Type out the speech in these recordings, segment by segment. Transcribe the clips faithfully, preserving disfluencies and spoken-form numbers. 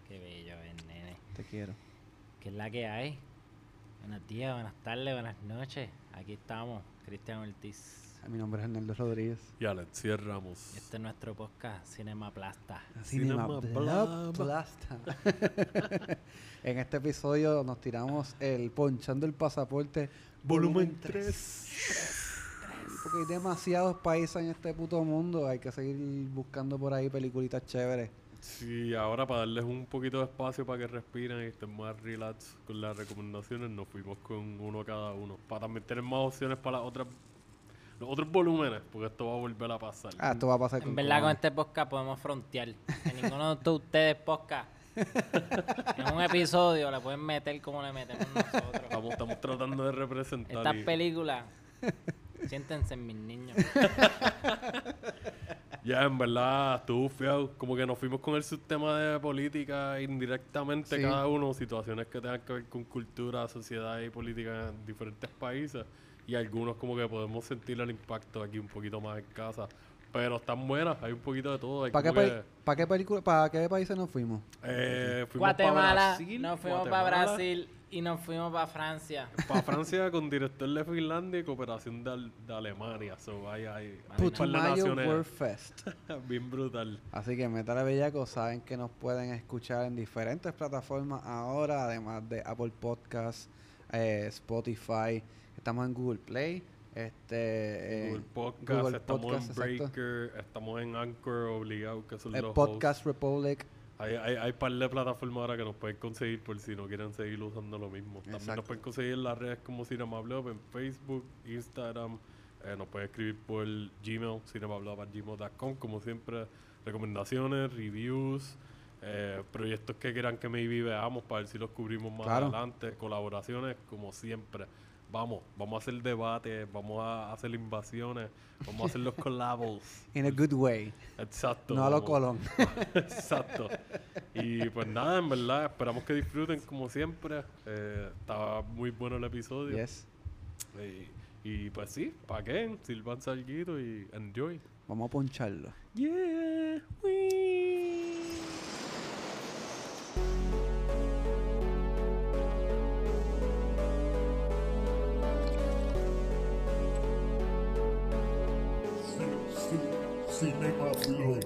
Qué bello es, nene. Te quiero. ¿Qué es la que hay? Buenos días, buenas tardes, buenas noches. Aquí estamos, Cristian Ortiz. Mi nombre es Arnaldo Rodríguez. Y Alexis Ramos. Y este es nuestro podcast, Cinema Plasta. Cinema Cinema Plasta. En este episodio nos tiramos el Ponchando el Pasaporte Volumen tres. Porque hay demasiados países en este puto mundo. Hay que seguir buscando por ahí peliculitas chéveres. Sí, ahora para darles un poquito de espacio para que respiren y estén más relax con las recomendaciones, nos fuimos con uno cada uno. Para también tener más opciones para las otras, los otros volúmenes, porque esto va a volver a pasar. Ah, esto va a pasar con En verdad, con cojones. este podcast podemos frontear. Que ninguno de ustedes podcast. En un episodio le pueden meter como le metemos nosotros. Estamos, estamos tratando de representar. Estas y- películas, siéntense mis niños. Ya, en verdad, estuvo fiado. Como que nos fuimos con el sistema de política indirectamente Sí. cada uno, situaciones que tengan que ver con cultura, sociedad y política en diferentes países. Y algunos como que podemos sentir el impacto aquí un poquito más en casa. Pero están buenas, hay un poquito de todo. Hay ¿Para qué, como pa- ¿Para qué película, para qué países nos fuimos? Eh, fuimos Guatemala, para Brasil, nos fuimos para Guatemala, Brasil y nos fuimos para Francia. para Francia con director de Finlandia y cooperación de, Al- de Alemania. So, hay, hay, hay un par de Putumayo naciones World Fest. bien brutal. Así que Metal Bellaco saben que nos pueden escuchar en diferentes plataformas ahora, además de Apple Podcasts, eh, Spotify. Estamos en Google Play. Este, Google eh, Podcast, Google estamos Podcast, en exacto. Breaker, estamos en Anchor obligado, que son el los Podcast hosts. Republic. Hay, hay, hay par de plataformas ahora que nos pueden conseguir por si no quieren seguir usando lo mismo. También Exacto. nos pueden conseguir en las redes como Cinemablog, en Facebook, Instagram. Eh, nos pueden escribir por Gmail, cinemablog arroba gmail punto com. Como siempre, recomendaciones, reviews, eh, proyectos que quieran que maybe veamos para ver si los cubrimos más Claro. adelante, colaboraciones, como siempre. Vamos, vamos a hacer debates, vamos a hacer invasiones, vamos a hacer los collabos. In a good way. Exacto. No a lo vamos. Colón. Exacto. Y pues nada, en verdad, esperamos que disfruten como siempre. Eh, estaba muy bueno el episodio. Yes. Y, y pues sí, ¿para qué? Sirvan salguito y enjoy. Vamos a poncharlo. Yeah. Wee. Cinema Blog.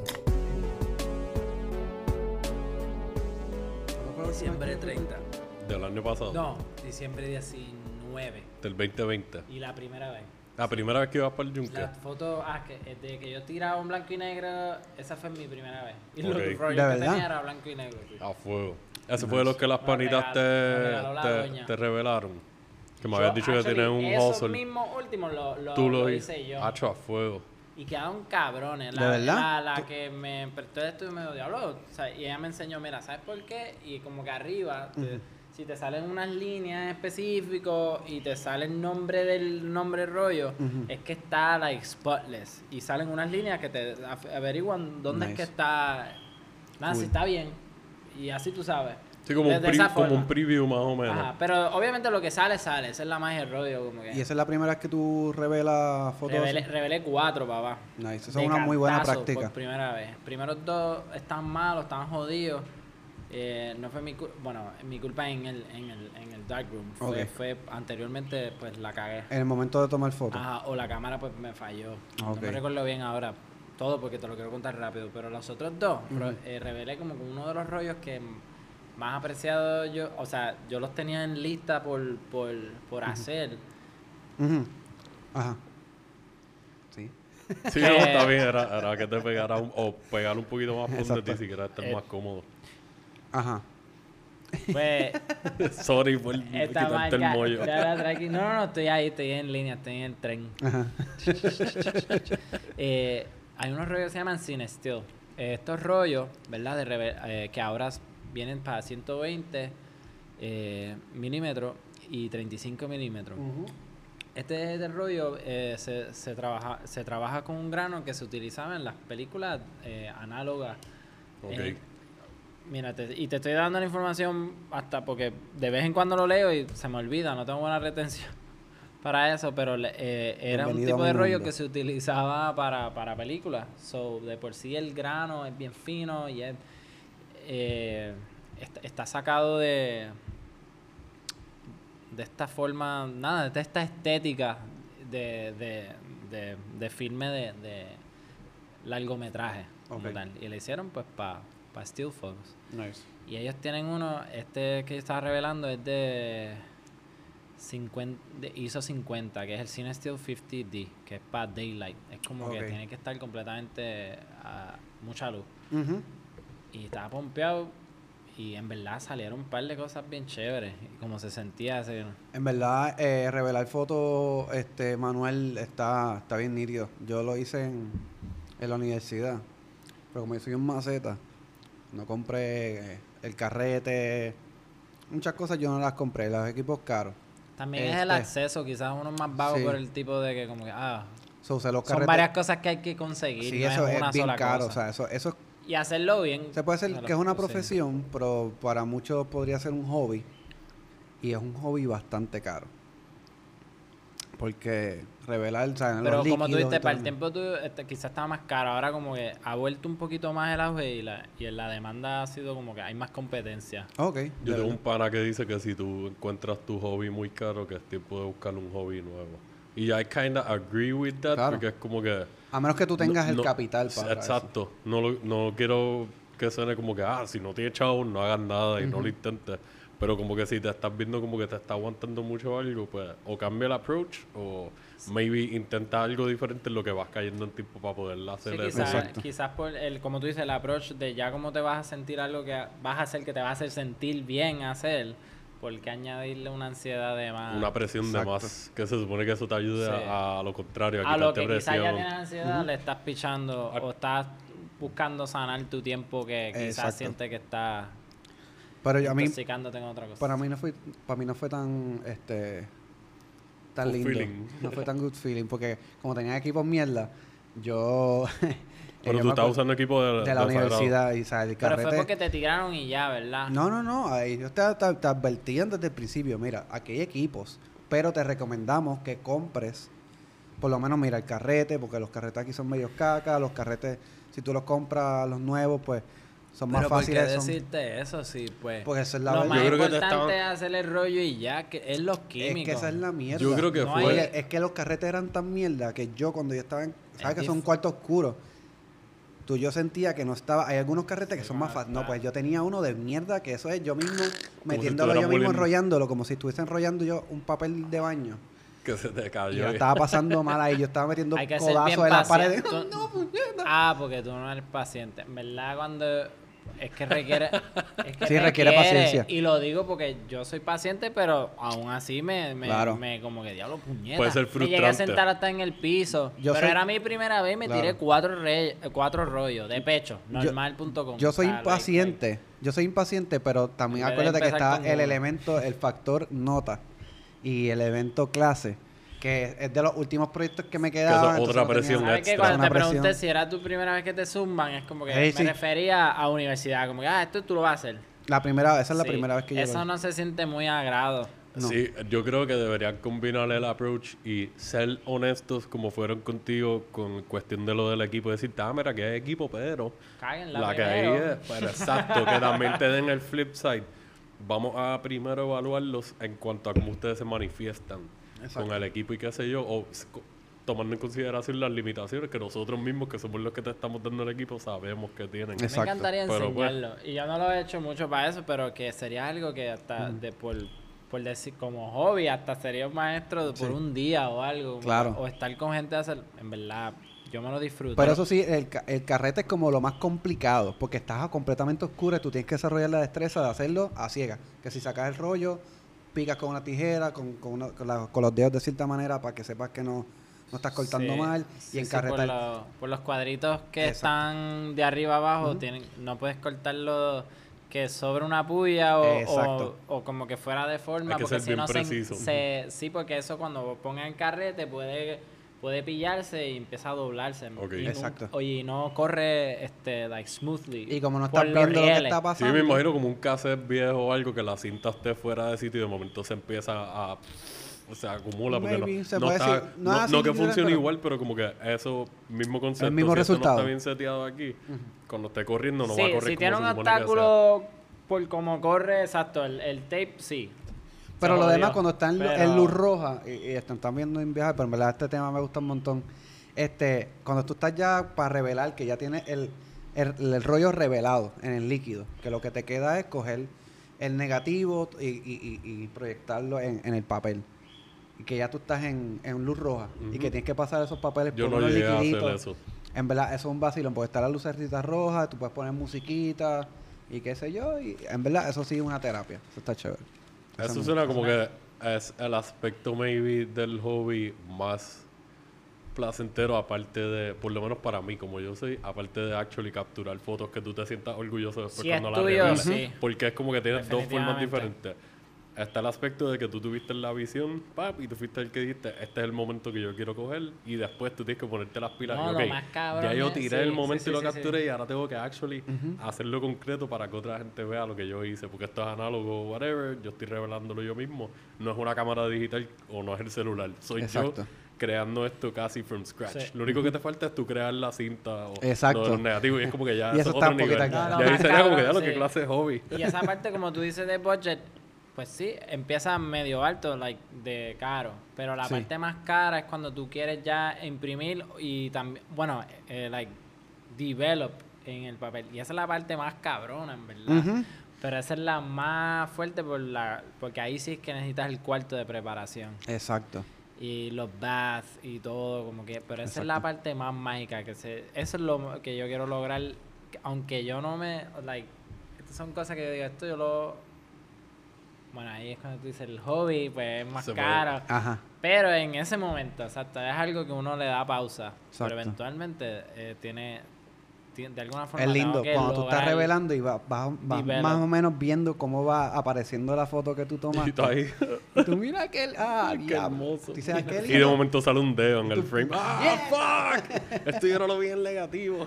Diciembre treinta. Del año pasado. No, diciembre diecinueve. Del veinte veinte. Y la primera vez. La primera vez que ibas para el Yunque. La foto, ah, que de que yo tiraba un blanco y negro, esa fue mi primera vez. Y Ok. los ¿De rollos que verdad? tenía era blanco y negro. sí. A fuego. Ese fue lo que las Me panitas regaló- me te, regaló la te, doña. te revelaron. Que me Yo, habías dicho que actually, tenías un esos hustle. mismos últimos lo, lo, Tú lo lo hice yo. Hacho a fuego. Y quedaron cabrones. ¿De La, verdad? La, la que me prestó esto y me dijo, diablo. O sea, y ella me enseñó, mira, ¿sabes por qué? Y como que arriba, te- si te salen unas líneas específicas y te sale el nombre del nombre rollo, Ujú. es que está like spotless. Y salen unas líneas que te af- averiguan dónde Nice. es que está. Nada, Cool. si está bien. Y así tú sabes. Sí, como, De- un, de pre- esa como forma. un preview más o menos. Ajá, pero obviamente lo que sale, sale. Esa es la magia del rollo. Como que Y esa es la primera vez que tú revelas fotos. revelé, revelé cuatro, papá. Nice. Esa De es una muy buena cantazo práctica. Por primera vez. Primeros dos están malos, están jodidos. Eh, no fue mi culpa, bueno, mi culpa en el, en el, en el darkroom. Fue, Ok. fue anteriormente, pues la cagué. En el momento de tomar fotos. Ajá, o la cámara pues me falló. Ok. No me recuerdo bien ahora todo porque te lo quiero contar rápido. Pero los otros dos, ro- Ujú. eh, revelé como que uno de los rollos que más apreciado yo, o sea, yo los tenía en lista por, por, por hacer. Ujú. Ajá. Sí. Sí, no, está bien. Era, era que te pegara un, o pegar un poquito más por Exacto. ti si quieres estar Eh, más cómodo. Ajá. Pues Sorry por esta quitarte el marca, mollo. ya la traje aquí. No, no, no, estoy ahí, estoy en línea, estoy en el tren. Ajá. Eh, hay unos rollos que se llaman Cine Still. Eh, estos rollos, ¿verdad? De reve- eh, que ahora vienen para ciento veinte eh, milímetros y treinta y cinco milímetros. Ujú. Este del rollo eh, se, se, trabaja, se trabaja con un grano que se utilizaba en las películas eh, análogas. Ok. Eh, mira, te- y te estoy dando la información hasta porque de vez en cuando lo leo y se me olvida, no tengo buena retención para eso, pero le- eh, era un Bienvenido tipo a de mi rollo mundo. que se utilizaba para, para películas. So, de por sí el grano es bien fino y es, eh, está, está sacado de de esta forma, nada, de esta estética de, de, de, de filme de, de largometraje como Ok. tal. Y le hicieron pues para pa Steel Focus. Nice. Y ellos tienen uno, este que yo estaba revelando es de, cincuenta, de I S O cincuenta, que es el CineSteel cincuenta D, que es para Daylight. Es como que Ok. tiene que estar completamente a mucha luz. Ujú. Y estaba pompeado y en verdad salieron un par de cosas bien chéveres. Y como se sentía ese... En verdad, eh, revelar fotos, este, Manuel, está, está bien nítido. Yo lo hice en, en la universidad. Pero como yo soy un maceta, no compré eh, el carrete. Muchas cosas yo no las compré, los equipos caros. También es el Este, acceso, quizás uno es más vago sí. por el tipo de que como que, ah, So, usé los son carretes. varias cosas que hay que conseguir, Sí, no eso es es una bien sola caro. cosa. O sea, eso, eso Y hacerlo bien. se puede hacer se lo- que es una sí. profesión, pero para muchos podría ser un hobby. Y es un hobby bastante caro. Porque revelar, o sea, Pero los como tú líquidos dijiste, y todo para el eso. tiempo tú, este, quizás estaba más caro. Ahora como que ha vuelto un poquito más el auge y la, y la demanda ha sido como que hay más competencia. Ok. Yo de tengo verdad. un pana que dice que si tú encuentras tu hobby muy caro, que es tiempo de buscar un hobby nuevo. Y I kinda agree with that, Claro. porque es como que... A menos que tú tengas no- el no- capital para eso. Exacto. No, lo- no quiero que suene como que, ah, si no tienes chavos, no hagas nada y no lo intentes. Pero como que si te estás viendo como que te está aguantando mucho algo, pues o cambia el approach o maybe intenta algo diferente en lo que vas cayendo en tiempo para poder Sí, hacer eso. quizás, Exacto. quizás por el, como tú dices, el approach de ya cómo te vas a sentir algo que vas a hacer que te va a hacer sentir bien hacer, porque añadirle una ansiedad de más. Una presión Exacto. de más, que se supone que eso te ayude Sí. a, a lo contrario, a, A lo quitarte que quizás ya presión. tienes ansiedad, le estás pichando Ar- o estás buscando sanar tu tiempo que quizás Exacto. sientes que está Pero yo, a mí, intoxicándote en otra cosa. para mí no fue, para mí no fue tan, este, tan Good lindo. feeling. No fue tan good feeling porque como tenía equipos mierda, yo Pero yo tú me estás acuerdo usando equipo de, de la de sagrado. universidad y sabes el Pero carrete. fue porque te tiraron y ya, ¿verdad? No, no, no. ahí Ellos te, te, te advertían desde el principio. Mira, aquí hay equipos, pero te recomendamos que compres, por lo menos, mira, el carrete, porque los carretes aquí son medios caca. Los carretes, si tú los compras, los nuevos, pues son más Pero ¿por qué fáciles. son- decirte eso? Sí, pues. porque esa es la lo verdad. más Yo creo que te importante estaban- es hacer el rollo y ya, que es los químicos. Es que esa es la mierda. Yo creo que No fue... hay- Oye, es que los carretes eran tan mierda que yo cuando yo estaba en... ¿Sabes Es que son dif- cuartos oscuros? Tú yo sentía que no estaba... Hay algunos carretes que Sí, son más ah, fáciles. No, claro. pues yo tenía uno de mierda que eso es yo mismo si metiéndolo estuviera yo mismo, moliendo. enrollándolo, como si estuviese enrollando yo un papel de baño. que se te Y cayó. yo ahí. estaba pasando mal ahí. Yo estaba metiendo Hay que ser bien codazos en la pared. paciente. Tú- Ah, porque tú no eres paciente. En verdad, cuando... Es que requiere... Es que Sí, requiere paciencia. Y lo digo porque yo soy paciente, pero aún así me... me, Claro. me como que diablo, puñeta. Puede ser Me llegué a frustrante. sentar hasta en el piso. Yo pero soy- era mi primera vez y me Claro. tiré cuatro, re- cuatro rollos de pecho. Normal punto com. Yo soy O sea, like, impaciente. Yo soy impaciente, pero también En vez de acuérdate que empezar está con el uno. elemento, el factor nota y el evento clase, que es de los últimos proyectos que me quedaban. otra entonces no tenía- presión ¿Sabes extra. qué? Cuando Una te pregunté presión. si era tu primera vez que te zumban, es como que Ey, me sí. refería a universidad. Como que, ah, esto tú lo vas a hacer. La primera, esa es la Sí. primera vez que yo Eso lo- no se siente muy a grado. No. Sí, yo creo que deberían combinar el approach y ser honestos como fueron contigo con cuestión de lo del equipo. Decirte, ah, mira, que hay equipo, pero Cáguenla la que hay primero. es... Pero exacto, que también te den el flip side. Vamos a primero evaluarlos en cuanto a cómo ustedes se manifiestan Exacto. con el equipo y qué sé yo, o s- co- tomando en consideración las limitaciones que nosotros mismos, que somos los que te estamos dando el equipo, sabemos que tienen. Exacto. Me encantaría Pero, pues, enseñarlo. Y yo no lo he hecho mucho para eso, pero que sería algo que hasta de por, por decir como hobby, hasta sería un maestro de por Sí. un día o algo. Claro. O estar con gente a hacer. En verdad, yo me lo disfruto. Pero eso sí, el, ca- el carrete es como lo más complicado, porque estás a completamente oscuro y tú tienes que desarrollar la destreza de hacerlo a ciegas. Que si sacas el rollo, picas con una tijera, con, con, una- con la- con los dedos de cierta manera para que sepas que no, no estás cortando Sí, mal. sí, y en sí, carrete... por, los- por los cuadritos que Exacto. están de arriba abajo, Ujú. tienen, no puedes cortarlo que sobre una puya o, Exacto. o, o como que fuera de forma, Hay que porque ser si bien no se, preciso. se- sí, porque eso cuando vos pongas en carrete puede puede pillarse y empieza a doblarse. Ok. Y no- Exacto. oye, y no corre este like smoothly. Y como no por estás los viendo lo que rieles. está Sí, pasando... me imagino como un cassette viejo o algo que la cinta esté fuera de sitio y de momento se empieza a... O sea, acumula porque Maybe, no, se no puede está... decir, no no, es así no que literal, funcione pero- igual, pero como que eso mismo concepto, mismo si esto resultado. no está bien seteado aquí, cuando esté corriendo no Sí, va a correr si como tiene se un supone que sea. obstáculo por cómo corre, exacto, el, el tape sí. Pero Se lo jodió. demás, cuando está en, lu- Pero- en luz roja, y, y están, están viendo en viaje, pero en verdad este tema me gusta un montón. Este, cuando tú estás ya para revelar, que ya tienes el, el, el rollo revelado en el líquido, que lo que te queda es coger el negativo y, y, y, y proyectarlo en, en el papel. Y que ya tú estás en, en luz roja y Ujú. que tienes que pasar esos papeles Yo por no unos llegué a hacer liquiditos. eso. En verdad, eso es un vacilón, porque está la lucecita roja, tú puedes poner musiquita y qué sé yo, y en verdad eso sí es una terapia. Eso está chévere. Eso me- suena como que es el aspecto maybe del hobby más placentero, aparte de, por lo menos para mí, como yo soy, aparte de actually capturar fotos que tú te sientas orgulloso después Si es cuando las tuyo, revelas. sí. Porque es como que tienes dos formas Definitivamente. diferentes. Está el aspecto de que tú tuviste la visión, pap, y tú fuiste el que dijiste, este es el momento que yo quiero coger, y después tú tienes que ponerte las pilas. No, y, lo ok, más cabrón ya yo es- tiré sí, el sí, momento sí, y lo sí, capturé, sí. y ahora tengo que actually hacerlo concreto para que otra gente vea lo que yo hice, porque esto es análogo, whatever, yo estoy revelándolo yo mismo. No es una cámara digital o no es el celular, soy Exacto. yo creando esto casi from scratch. Sí. Lo único que te falta es tú crear la cinta o Exacto. lo de los negativos, y es como que ya Y eso es está otro un poquito nivel. acá. No, no, y ahí más sería como que cabrón, ya lo que sí. clase de hobby. Y esa parte, como tú dices, de budget, pues sí, empieza medio alto, like, de caro. Pero la Sí. parte más cara es cuando tú quieres ya imprimir y también, bueno, eh, like, develop en el papel. Y esa es la parte más cabrona, en verdad. Ujú. Pero esa es la más fuerte por la, porque ahí sí es que necesitas el cuarto de preparación. Exacto. Y los baths y todo, como que, pero esa es la Exacto. parte más mágica, que se, eso es lo que yo quiero lograr, aunque yo no me, like, estas son cosas que yo digo, esto yo lo, bueno, ahí es cuando tú dices el hobby, pues es más Se puede. caro, Ajá. pero en ese momento, exacto, es algo que uno le da pausa, Exacto. pero eventualmente eh, tiene, tiene, de alguna forma Es tengo lindo que cuando tú estás lograr- revelando y vas, vas- vas develop. más o menos viendo cómo va apareciendo la foto que tú Y tomaste. tú ahí, Y tú mira aquel, ah, qué diablo. hermoso. Tú dices, "Ah, qué Y de lindo". momento sale un dedo en el frame. ¡Ah, fuck! Esto yo no lo vi en negativo.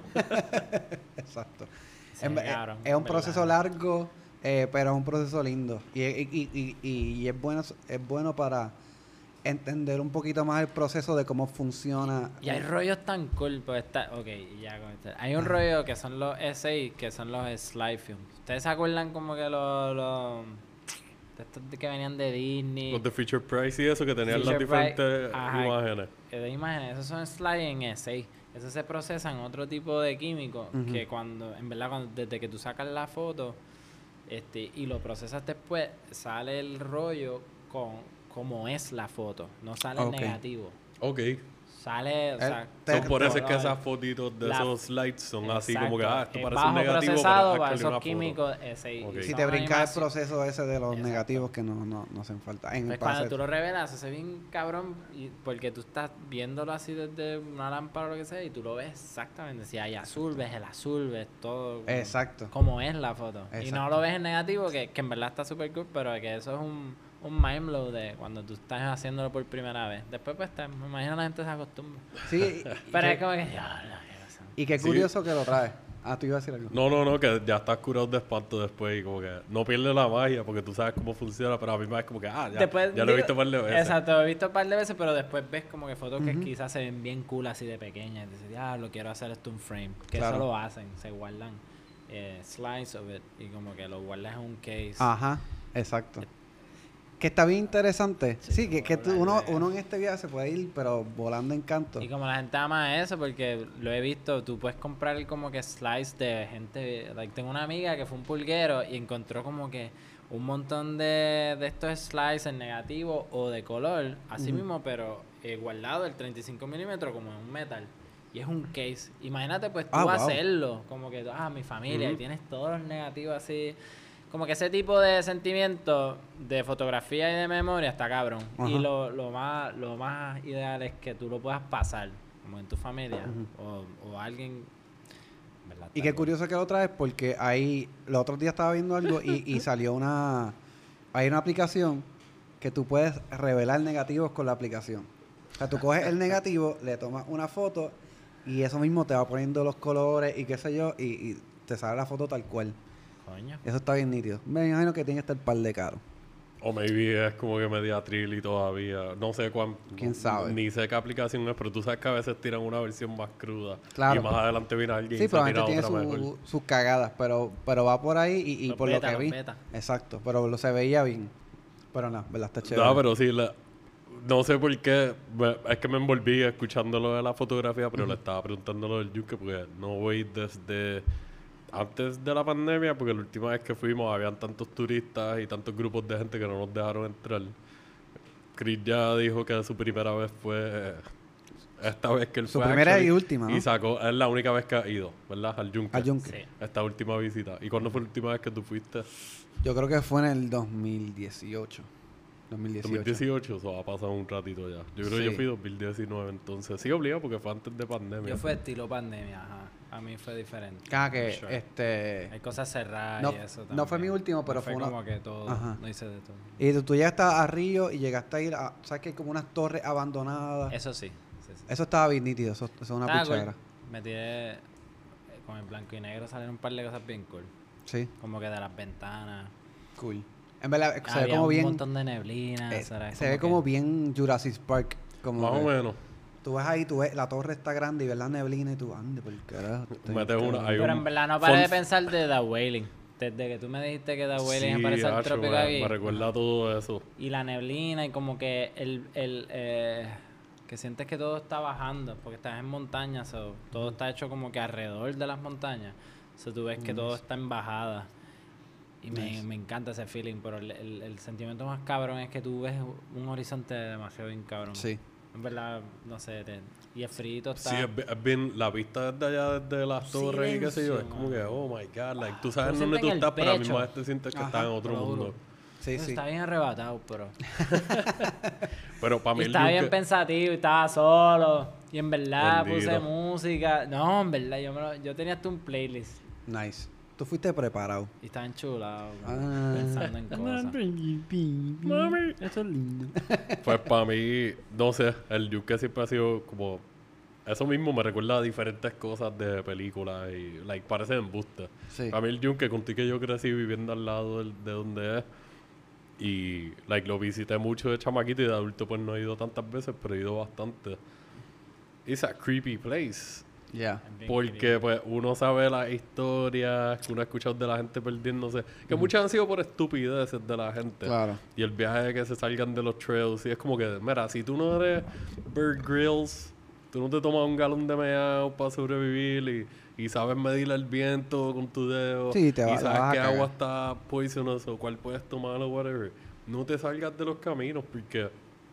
Exacto. Sí, En ve- cabrón, es un verdad. proceso largo, eh, pero es un proceso lindo. Y, y, y, y, y es bueno es bueno para entender un poquito más el proceso de cómo funciona. Y hay rollos tan cool, pues está, ok, ya con este. Hay un rollo que son los S A, que son los slide films. ¿Ustedes se acuerdan como que los, los de estos de que venían de Disney? Los de Feature Price y eso, que tenían las Feature Price, diferentes ajá. imágenes. Eh, de imágenes, esos son slide en S A. Eso se procesa en otro tipo de químico Ujú. que cuando, en verdad, cuando, desde que tú sacas la foto este y lo procesas después, sale el rollo con como es la foto, no sale Ok. el negativo. Ok. Sale, o sea, te- So, por eso es que color. esas fotitos de La- esos slides son así como que, Exacto. ah, esto Es parece un bajo negativo, procesado pero para es actually esos una foto. químicos ese. Ok. y Si son te brincas el animación- proceso ese de los Exacto. negativos que no, no, no hacen falta. En Pues para cuando hacer- tú lo revelas, se ve bien cabrón, y porque tú estás viéndolo así desde una lámpara o lo que sea, y tú lo ves exactamente. Si hay azul, ves el azul, ves todo. como- Exacto. Como es la foto. Y no Exacto. lo ves en negativo, que, que en verdad está súper cool, pero que eso es un, un mind blow de cuando tú estás haciéndolo por primera vez. Después, pues, te, me imagino la gente se acostumbra. Sí, y, y Pero qué- es como que, "Diablo, qué cosa". y qué Sí. curioso que lo traes. Ah, tú ibas a decir algo. No, no, no, que ya estás curado de espanto después y como que no pierde la magia porque tú sabes cómo funciona, pero a mí me es como que, ah, ya, Después, ya lo he digo, visto un par de veces. Exacto, lo he visto un par de veces, pero después ves como que fotos que Ujú. quizás se ven bien cool así de pequeñas. Y dices, ah, lo quiero hacer esto un frame. Que Claro. eso lo hacen, se guardan eh, slides of it y como que lo guardas en un case. Ajá, exacto. Que está bien interesante. Sí, Sí, que, que tú- uno, volando. uno en este viaje se puede ir, pero volando en canto. Y como la gente ama eso, porque lo he visto, tú puedes comprar como que slides de gente. Like, tengo una amiga que fue un pulguero y encontró como que un montón de, de estos slides en negativo o de color, así Ujú. mismo, pero eh, guardado el treinta y cinco milímetros como en un metal. Y es un case. Imagínate pues tú Ah, wow. hacerlo, como que, ah, mi familia, y Ujú. tienes todos los negativos así. Como que ese tipo de sentimiento de fotografía y de memoria está cabrón. Ajá. Y lo, lo más lo más ideal es que tú lo puedas pasar, como en tu familia o, o alguien. ¿Verdad? Y Está qué cool. curioso que lo traes porque ahí, los otros días estaba viendo algo y, y salió una, hay una aplicación que tú puedes revelar negativos con la aplicación. O sea, tú coges el negativo, le tomas una foto y eso mismo te va poniendo los colores y qué sé yo y, y te sale la foto tal cual. Coño. Eso está bien nítido. Me imagino que tiene que estar par de caro. O maybe es como que media trilly todavía. No sé cuán... ¿Quién sabe? Ni sé qué aplicación es, pero tú sabes que a veces tiran una versión más cruda. Claro. Y más adelante viene alguien Sí, y se tira probablemente tiene otra mejor. su- sus cagadas, pero, pero va por ahí y, y Los por beta, lo que los vi. beta. Exacto, pero lo se veía bien. Pero no, ¿verdad? Está chévere. No, pero sí, la- no sé por qué. me- es que me envolví escuchándolo de la fotografía, pero le estaba preguntando lo del yunque porque no voy desde antes de la pandemia, porque la última vez que fuimos habían tantos turistas y tantos grupos de gente que no nos dejaron entrar. Chris ya dijo que su primera vez fue eh, esta vez que él Su fue. primera actually, y última, ¿no? Y sacó, es la única vez que ha ido, ¿verdad? Al yunque. Al yunque. Sí. Esta última visita. ¿Y cuándo fue la última vez que tú fuiste? Yo creo que fue en el dos mil dieciocho. dos mil dieciocho. dos mil dieciocho, eso ha pasado un ratito ya. Yo creo que yo Sí. fui dos mil diecinueve, entonces. Sí, obligado porque fue antes de pandemia. Yo fue estilo pandemia, ajá. A mí fue diferente. Ah, que For sure. este... Hay cosas cerradas No- y eso no fue también. mi último, pero No fue fue una- como que todo. Ajá. No hice de todo. Y tú, tú llegaste a Río y llegaste a ir a... ¿Sabes que hay como unas torres abandonadas? Eso sí. sí, sí. Eso estaba bien nítido, eso, eso es una Estaba cool. pichadera. Me tiré eh, con el blanco y negro, salieron un par de cosas bien cool. Sí, Como que de las ventanas. cool. En verdad, se ve Había como un bien... montón de neblina. eh, será se ve como que- bien Jurassic Park. Como Más que o menos. Tú ves ahí, tú ves, la torre está grande y ves la neblina y tú, ande, por carajo. está bien Metes una- cabrón". hay Pero un en verdad no paré de fun- pensar de The Wailing. Desde que tú me dijiste que The Wailing Sí, aparece el hacho, trópico me, aquí. me recuerda todo eso. Y la neblina y como que el, el eh, que sientes que todo está bajando porque estás en montañas, so, todo está hecho como que alrededor de las montañas, so, tú ves que todo está en bajada y me, Nice. me encanta ese feeling, pero el, el, el sentimiento más cabrón es que tú ves un horizonte demasiado bien cabrón. Sí. En verdad, no sé, te- y el frito está... Sí, es, bi- es bien, la vista desde allá, desde las torres y qué sé yo, es Silencio, como que, mano. oh my god, like, tú sabes Tú dónde sientes tú en el estás, pero a la pecho. misma vez te sientes que Ajá, estás en otro te lo juro. mundo. Sí, sí. Está bien arrebatado, pero... Pero para Y mí el estaba bien yunque- pensativo y estaba solo. Y en verdad Bendito. puse música. No, en verdad, yo, me lo- yo tenía hasta un playlist. Nice. Tú fuiste preparado. Y estaba enchulado, Ah. pensando en cosas. Mami. Eso es lindo. Pues para mí, no sé, el yunque siempre ha sido como... Eso mismo me recuerda a diferentes cosas de películas y, like, parece embuste. Sí. A mí el yunque, contigo que yo crecí viviendo al lado del- de donde es. Y, like, lo visité mucho de chamaquito y de adulto pues no he ido tantas veces, pero he ido bastante. It's a creepy place. Ya. Es bien Porque creepy. pues uno sabe las historias que uno ha escuchado de la gente perdiéndose. Que muchas han sido por estupideces de la gente. Claro. Y el viaje de que se salgan de los trails. Y es como que, mira, si tú no eres Bird Grills, tú no te tomas un galón de meao para sobrevivir y, y sabes medir el viento con tu dedo. Sí, te va- y la sabes vas a que cagar. agua está poisonous o cuál puedes tomar o whatever. No te salgas de los caminos porque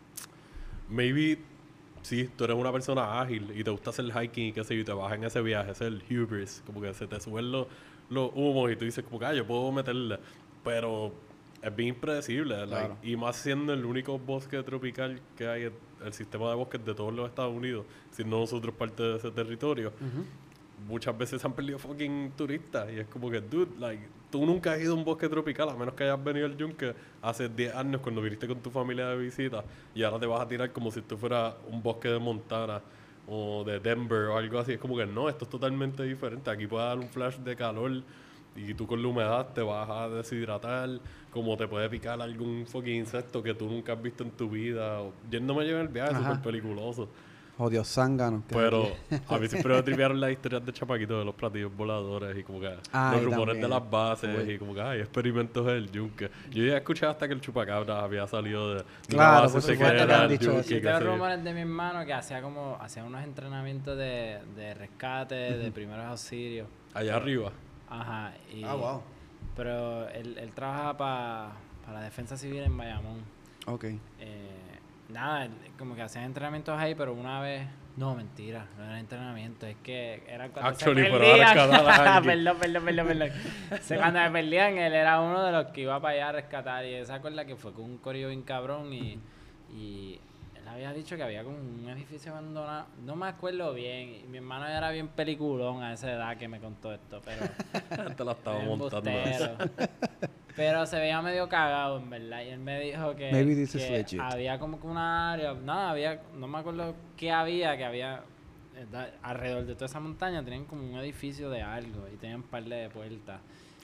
maybe sí, tú eres una persona ágil y te gusta hacer hiking y qué sé yo, y te vas en ese viaje, ese es el hubris, como que se te suben los, los humos y tú dices como que ah, yo puedo meterle, pero es bien impredecible, like, Claro. y más siendo el único bosque tropical que hay, el, el sistema de bosques de todos los Estados Unidos, siendo nosotros parte de ese territorio, muchas veces se han perdido fucking turistas y es como que, dude, like, tú nunca has ido a un bosque tropical a menos que hayas venido al yunque hace diez años cuando viniste con tu familia de visita y ahora te vas a tirar como si esto fuera un bosque de Montana o de Denver o algo así. Es como que no, esto es totalmente diferente. Aquí puede dar un flash de calor y tú con la humedad te vas a deshidratar, como te puede picar algún fucking insecto que tú nunca has visto en tu vida. O, yéndome yo en el viaje, Ajá. súper peliculoso. Jodido zángano. que- Pero a mí siempre me tripearon las historias de Chapaquito de los platillos voladores y como que Ay, los rumores también. de las bases Cool. y como que hay experimentos del yunque. Yo ya escuché hasta que el chupacabra había salido de, de Claro, una por base supuesto secreta que han del dicho yunque. eso. Yo y qué tengo sé yo. rumores de mi hermano que hacía como hacía unos entrenamientos de, de rescate, de primeros auxilios. Allá arriba. Ajá. Y, Ah, wow. Pero él, él trabaja para la defensa civil en Bayamón. Ok. Eh, nada, él- como que hacían entrenamientos ahí, pero una vez... No, mentira, no era entrenamiento, es que era cuando Actually, se pero perdían. ahora rescatar a alguien. perdón, perdón, perdón, perdón. Se- cuando me perdían, él era uno de los que iba para allá a rescatar. Y esa cosa que fue con un corillo bien cabrón y, y él había dicho que había como un edificio abandonado. No me acuerdo bien. Y mi hermano era bien peliculón a esa edad que me contó esto, pero... Te la estaba era montando. embustero. Pero se veía medio cagado, en verdad. Y él me dijo que, Maybe this is que legit. había como que una área, nada, había, no me acuerdo qué había, que había eh, da- alrededor de toda esa montaña tenían como un edificio de algo y tenían un par de puertas.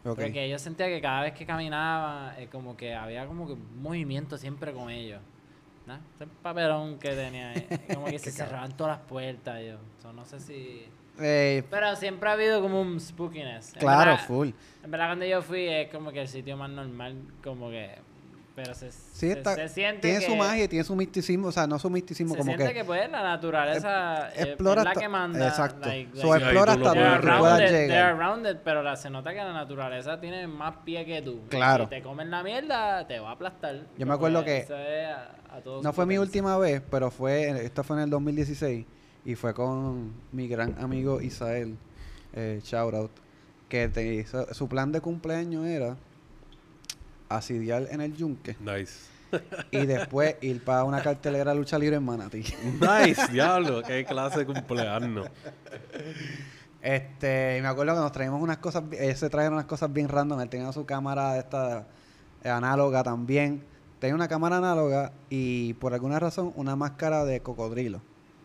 Ok. Porque yo sentía que cada vez que caminaba, eh, como que había como que un movimiento siempre con ellos. ¿No? Ese papelón que tenía ahí. Como que se cerraban todas las puertas. Yo. So, no sé si... Eh, Pero siempre ha habido como un spookiness. En claro, verdad- full. En verdad, cuando yo fui, es como que el sitio más normal, como que... Pero se, Sí, se, está, se siente tiene que... su magia, tiene su misticismo, o sea, no su misticismo, Se como siente que, que, pues, la naturaleza es, explora es la hasta- que manda. exacto. Like, So, like, explora ahí tú no hasta they're puedes donde tú regar. puedas around it, they're llegar. around it, pero la, se nota que la naturaleza tiene más pie que tú. Y Claro. si te comen la mierda, te va a aplastar. Yo me Como acuerdo que eso es a, a todo No su fue mi potencia. última vez, pero fue, esto fue en el dos mil dieciséis y fue con mi gran amigo Isael, eh, shout out, que te hizo- su plan de cumpleaños era asidiar en el Yunque Nice. y después ir para una cartelera de lucha libre en Manatí. Nice, diablo. Qué clase de cumpleaños. Este, y me acuerdo que nos traímos unas cosas, bi- ellos se trajeron unas cosas bien random, él tenía su cámara esta eh, análoga también, tenía una cámara análoga y por alguna razón una máscara de cocodrilo.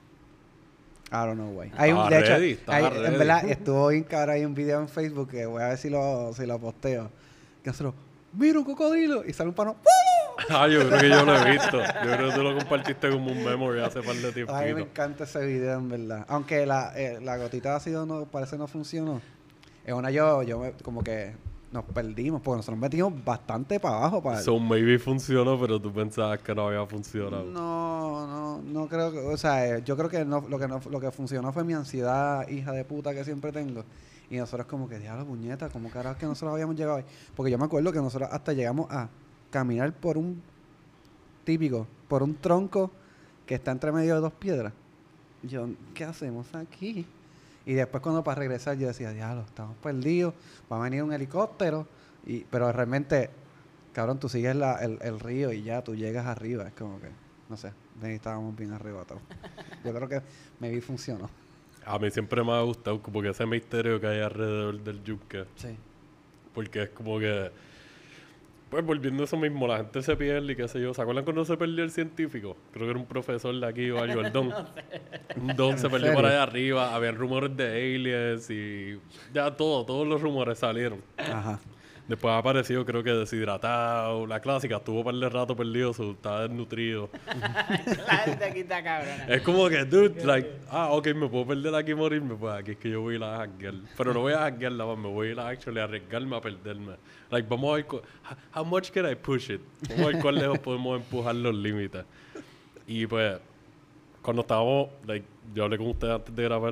I don't know why. Hay un, Estaba de hecho, ready, estaba hay- en ready. verdad estuvo bien cabrón, hay un video en Facebook que voy a ver si lo, si lo posteo. Que nosotros, mira un cocodrilo y sale un pano. Ah, yo creo que yo lo he visto. Yo creo que tú lo compartiste como un memory hace par de A mí me tiempito. encanta ese video, en verdad. Aunque la, eh, la gotita de ácido no, parece no funcionó. Es una yo, yo me- como que nos perdimos, porque nosotros metimos bastante para abajo. Para So maybe funcionó, pero tú pensabas que no había funcionado. No, no, no creo que, o sea, eh, yo creo que no, lo que no, lo que funcionó fue mi ansiedad, hija de puta que siempre tengo. Y nosotros como que, diablo, puñeta, ¿cómo carajo que nosotros habíamos llegado ahí? Porque yo me acuerdo que nosotros hasta llegamos a caminar por un típico, por un tronco que está entre medio de dos piedras. Yo, ¿qué hacemos aquí? Y después cuando para regresar yo decía, diablo, estamos perdidos, va a venir un helicóptero. Y, pero realmente, cabrón, tú sigues la, el, el río y ya tú llegas arriba. Es como que, no sé, estábamos bien arrebatados. Yo creo que maybe funcionó. A mí siempre me ha gustado como que ese misterio que hay alrededor del yunque. Sí. Porque es como que... Pues volviendo a eso mismo, la gente se pierde y qué sé yo. ¿Se acuerdan cuando se perdió el científico? Creo que era un profesor de aquí o algo, el Don. Un Don se ¿En perdió por serio? allá arriba. Habían rumores de aliens y... Ya todo, todos los rumores salieron. Ajá. Después ha aparecido, creo que deshidratado. La clásica, estuvo un par de rato perdido, so, estaba desnutrido. La gente aquí está cabrona. Es como que, dude, like, ah, ok, me puedo perder aquí y morirme, pues aquí es que yo voy a ir a hackear. Pero no voy a hackear la me voy a ir a actually a arriesgarme a perderme. Like, vamos a ver, cu- how much can I push it? Vamos a ver cuán lejos podemos empujar los límites. Y pues, cuando estábamos, like, yo hablé con ustedes antes de grabar,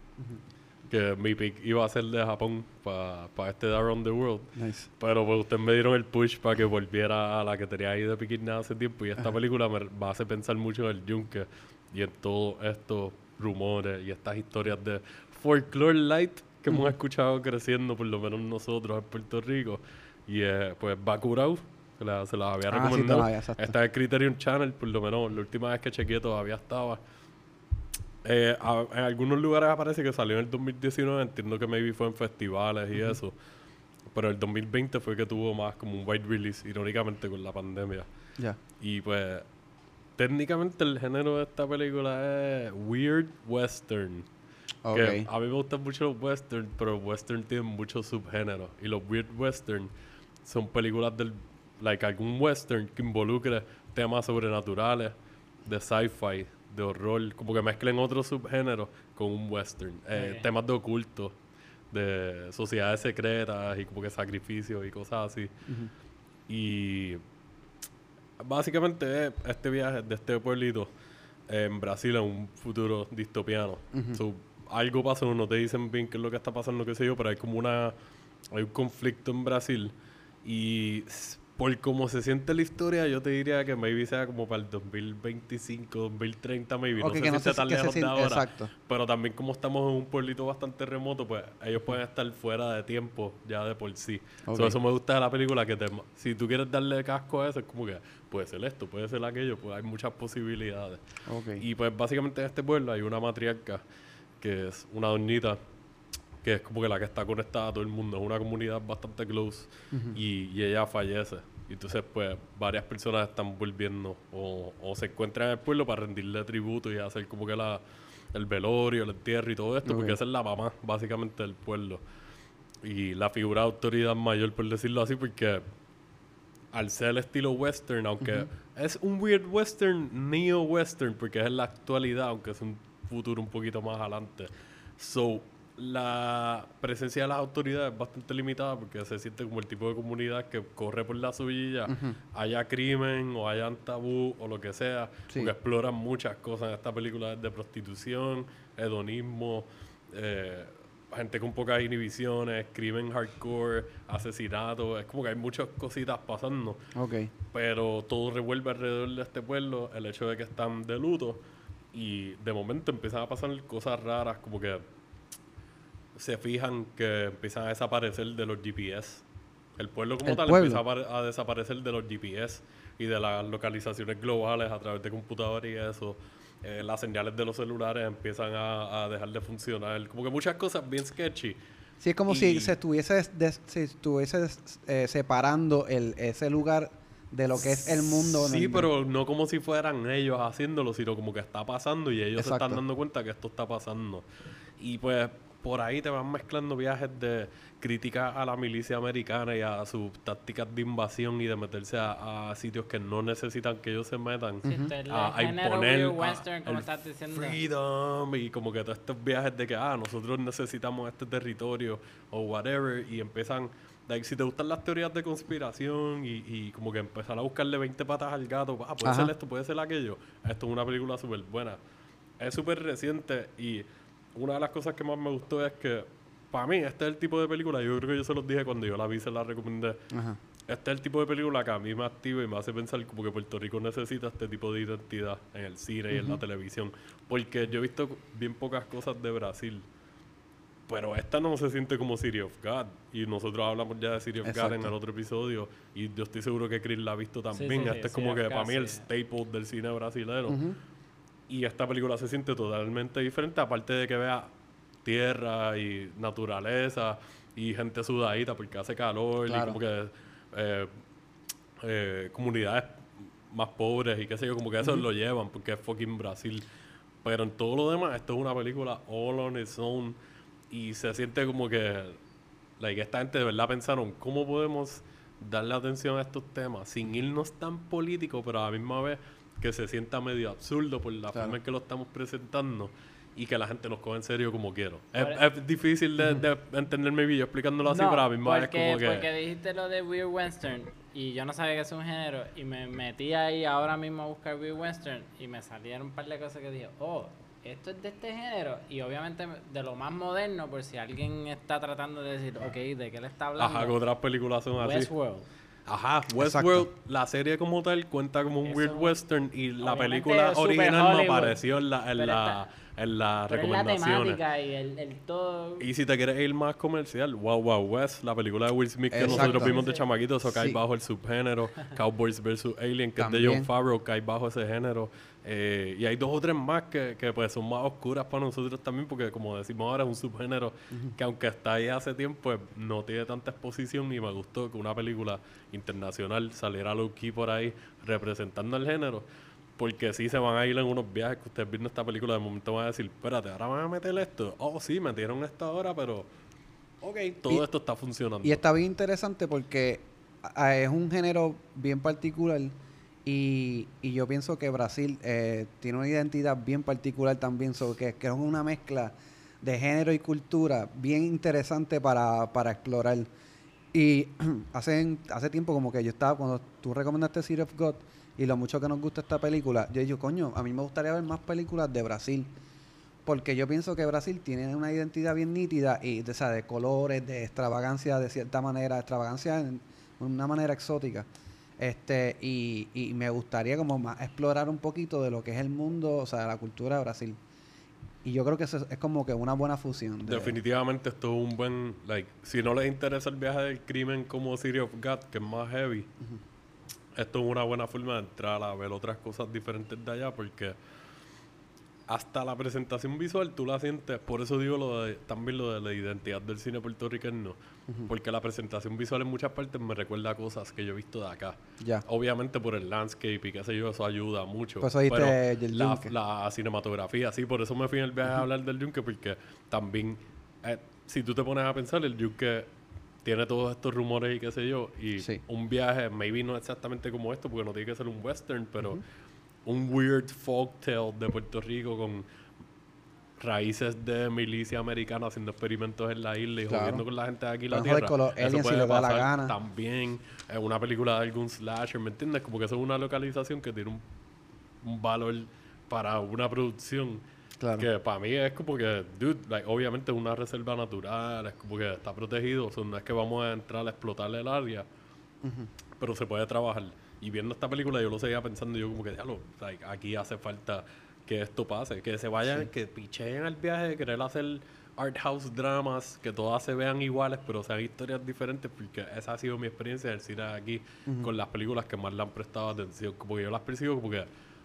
que mi pick iba a ser de Japón para este de Around the World. Nice. Pero pues ustedes me dieron el push para que volviera a la que tenía ahí de Piquirna hace tiempo. Y esta Ajá. película me va a hacer pensar mucho en el yunque y en todos estos rumores y estas historias de folklore light que hemos escuchado creciendo, por lo menos nosotros en Puerto Rico. Y eh, pues Bacurau, que la- se las había Ah, sí, recomendado. todavía, exacto. Está en Criterion Channel, por lo menos la última vez que chequeé todavía estaba. Eh, a- en algunos lugares aparece que salió en el dos mil diecinueve, entiendo que maybe fue en festivales y eso. Pero el dos mil veinte fue que tuvo más como un wide release, irónicamente con la pandemia. Ya. Y pues, técnicamente el género de esta película es weird western. Ok. Que a mí me gustan mucho los western, pero los western tienen muchos subgéneros. Y los weird western son películas del, like algún western que involucre temas sobrenaturales, de sci-fi, de horror, como que mezclen otros subgéneros con un western. Eh, Ok. Temas de oculto, de sociedades secretas y como que sacrificios y cosas así. Ujú. Y básicamente es este viaje de este pueblito en Brasil a un futuro distopiano. Ujú. So, algo pasó, no te dicen bien qué es lo que está pasando, qué sé yo, pero hay como una... Hay un conflicto en Brasil y s- por cómo se siente la historia, yo te diría que maybe sea como para el dos mil veinticinco, dos mil treinta maybe. Ok, no sé que si no esté sé tan si- que se lejos de siente- ahora. exacto. Pero también como estamos en un pueblito bastante remoto, pues ellos pueden estar fuera de tiempo ya de por sí. Ok. So, eso me gusta de la película, que te, si tú quieres darle casco a eso, es como que puede ser esto, puede ser aquello, pues hay muchas posibilidades. Ok. Y pues básicamente en este pueblo hay una matriarca, que es una doñita, que es como que la que está conectada a todo el mundo, es una comunidad bastante close, Ujú. y, y ella fallece. Y entonces pues varias personas están volviendo o, o se encuentran en el pueblo para rendirle tributo y hacer como que la, el velorio, el entierro y todo esto, Ok. porque esa es la mamá básicamente del pueblo. y la figura de autoridad mayor, por decirlo así, porque al ser el estilo western, aunque uh-huh. es un weird western, neo-western, porque es en la actualidad, aunque es un futuro un poquito más adelante. So, la presencia de las autoridades es bastante limitada porque se siente como el tipo de comunidad que corre por la subilla, uh-huh. haya crimen o haya tabú o lo que sea, sí. porque exploran muchas cosas en esta película, desde prostitución, hedonismo, eh, gente con pocas inhibiciones, crimen hardcore, asesinato, es como que hay muchas cositas pasando. Okay. Pero todo revuelve alrededor de este pueblo, el hecho de que están de luto y de momento empiezan a pasar cosas raras, como que se fijan que empiezan a desaparecer de los G P S. El pueblo como el tal pueblo. empieza a, a desaparecer de los G P S y de las localizaciones globales a través de computadores y eso. Eh, las señales de los celulares empiezan a, a dejar de funcionar. Como que muchas cosas bien sketchy. Sí, es como y si se estuviese, des, des, se estuviese des, eh, separando el, ese lugar de lo que es el mundo. Sí, el, pero no como si fueran ellos haciéndolo, sino como que está pasando y ellos exacto. se están dando cuenta que esto está pasando. Y pues por ahí te van mezclando viajes de crítica a la milicia americana y a sus tácticas de invasión y de meterse a, a sitios que no necesitan que ellos se metan. Sí, uh-huh. a, a imponer western, a, como el estás diciendo. freedom y como que todos estos viajes de que ah, nosotros necesitamos este territorio o whatever y empiezan, like, si te gustan las teorías de conspiración y, y como que empezar a buscarle veinte patas al gato, ah, puede Ajá. ser esto, puede ser aquello. Esto es una película súper buena. Es súper reciente y una de las cosas que más me gustó es que, para mí, este es el tipo de película, yo creo que yo se los dije cuando yo la vi, se la recomendé. Ajá. Este es el tipo de película que a mí me activa y me hace pensar como que Puerto Rico necesita este tipo de identidad en el cine uh-huh. y en la televisión. Porque yo he visto bien pocas cosas de Brasil, pero esta no se siente como City of God. Y nosotros hablamos ya de City of Exacto. God en el otro episodio y yo estoy seguro que Chris la ha visto también. Sí, sí, este sí, es como que para mí el staple del cine brasileño. Uh-huh. Y esta película se siente totalmente diferente, aparte de que vea tierra y naturaleza y gente sudadita porque hace calor claro. y como que eh, eh, comunidades más pobres y qué sé yo, como que eso uh-huh. lo llevan porque es fucking Brasil. Pero en todo lo demás, esto es una película all on its own y se siente como que like, esta gente de verdad pensaron cómo podemos darle atención a estos temas sin irnos tan políticos, pero a la misma vez que se sienta medio absurdo por la claro. forma en que lo estamos presentando y que la gente nos coge en serio como quiero. Es, es difícil de, uh-huh. de entender mi video explicándolo así, no, pero a la misma vez porque, como que... porque dijiste lo de Weird Western y yo no sabía que es un género y me metí ahí ahora mismo a buscar Weird Western y me salieron un par de cosas que dije, oh, esto es de este género y obviamente de lo más moderno por si alguien está tratando de decir, ok, ¿de qué le está hablando? Ajá, que otras películas son así. Westworld. Ajá, Westworld, la serie como tal, cuenta como un Eso, weird western y la película original no apareció en la, en la, en la recomendaciones. La y el, el todo. Y si te quieres ir más comercial, Wow Wow West, la película de Will Smith que Exacto. nosotros vimos de sí. chamaquitos, eso cae sí. bajo el subgénero. Cowboys versus Alien, que También. es de Jon Favreau, cae bajo ese género. Eh, y hay dos o tres más que, que pues son más oscuras para nosotros también, porque como decimos ahora es un subgénero uh-huh. que aunque está ahí hace tiempo, pues no tiene tanta exposición y me gustó que una película internacional saliera low key por ahí representando el género, porque sí se van a ir en unos viajes que ustedes viendo esta película de momento van a decir, espérate, ahora van a meter esto. Oh, sí, metieron esto ahora, pero ok, todo y, esto está funcionando. Y está bien interesante porque a, es un género bien particular. Y, y yo pienso que Brasil eh, tiene una identidad bien particular también, sobre que, que es una mezcla de género y cultura bien interesante para, para explorar. Y hace, hace tiempo como que yo estaba, cuando tú recomendaste City of God y lo mucho que nos gusta esta película, yo digo, coño, a mí me gustaría ver más películas de Brasil. Porque yo pienso que Brasil tiene una identidad bien nítida y de, o sea, de colores, de extravagancia, de cierta manera, extravagancia en una manera exótica. Este, y, y me gustaría como más explorar un poquito de lo que es el mundo, o sea, de la cultura de Brasil. Y yo creo que eso es, es como que una buena fusión. De Definitivamente esto es un buen, like, si no les interesa el viaje del crimen como City of God, que es más heavy, uh-huh. esto es una buena forma de entrar a ver otras cosas diferentes de allá, porque hasta la presentación visual tú la sientes, por eso digo lo de, también lo de la identidad del cine puertorriqueño, uh-huh. porque la presentación visual en muchas partes me recuerda a cosas que yo he visto de acá. Ya. Obviamente por el landscape y qué sé yo, eso ayuda mucho. Pues oíste pero la, la cinematografía, sí, por eso me fui en el viaje uh-huh. a hablar del Yunque, porque también eh, si tú te pones a pensar, el yunque tiene todos estos rumores y qué sé yo, y Sí. un viaje, maybe no exactamente como esto, porque no tiene que ser un western, pero Ujú. un weird folktale de Puerto Rico con raíces de milicia americana haciendo experimentos en la isla y Claro. jodiendo con la gente de aquí en la Pueden joder tierra. con los Eso aliens si puede les da la pasar gana. también en una película de algún slasher, ¿me entiendes? Como que eso es una localización que tiene un, un valor para una producción Claro. que para mí es como que, dude, like, obviamente es una reserva natural, es como que está protegido, o sea, no es que vamos a entrar a explotar el área, Ujú. pero se puede trabajar. Y viendo esta película yo lo seguía pensando, yo como que, diablo, like, aquí hace falta que esto pase, que se vayan, Sí. que picheen al viaje de querer hacer art house dramas, que todas se vean iguales, pero sean historias diferentes, porque esa ha sido mi experiencia del cine aquí Ujú. con las películas que más le han prestado atención, como que yo las percibo como que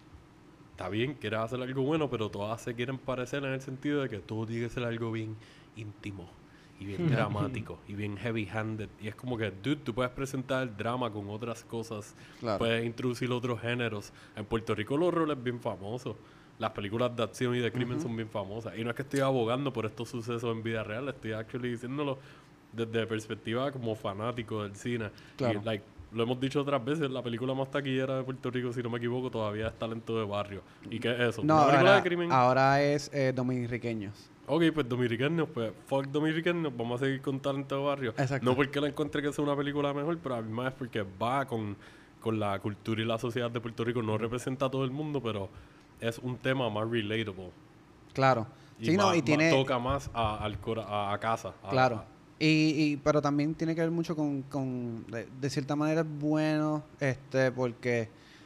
está bien, quieres hacer algo bueno, pero todas se quieren parecer en el sentido de que todo tiene que ser algo bien íntimo y bien dramático y bien heavy-handed. Y es como que, dude, tú puedes presentar el drama con otras cosas, Claro. puedes introducir otros géneros. En Puerto Rico el horror es bien famoso. Las películas de acción y de crimen Ujú. son bien famosas. Y no es que estoy abogando por estos sucesos en vida real, estoy actually diciéndolo desde perspectiva como fanático del cine. Claro. Y, like, lo hemos dicho otras veces, la película más taquillera de Puerto Rico, si no me equivoco, todavía es Talento de Barrio. ¿Y qué es eso? No, ¿Una película ahora, de crimen? ahora es eh, dominiqueños. Ok, pues dominicanos, pues fuck dominicanos, vamos a seguir con Talento de Barrio. Exacto. No porque la encuentre que sea una película mejor, pero a mí más es porque va con, con la cultura y la sociedad de Puerto Rico. No representa a todo el mundo, pero es un tema más relatable. Claro. Y, Sí, más, no, y más- tiene... toca más a, al cora- a, a casa. a- Claro. a- Y, y, pero también tiene que ver mucho con, con de, de cierta manera es bueno, este, porque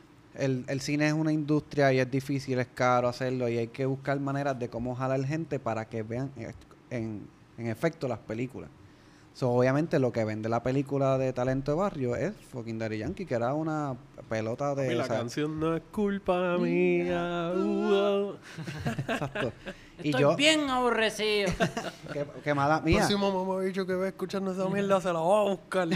el, el cine es una industria y es difícil, es caro hacerlo y hay que buscar maneras de cómo jalar gente para que vean en, en, en efecto las películas. So, obviamente lo que vende la película de Talento de Barrio es fucking Daddy Yankee, que era una pelota Papi, de... la o sea, canción no es culpa mía. uh, oh. exacto. Y Estoy yo... bien aborrecido. Que, que mala mía. Próximo mamá bicho que ve escuchando esa mierda se la va a buscar.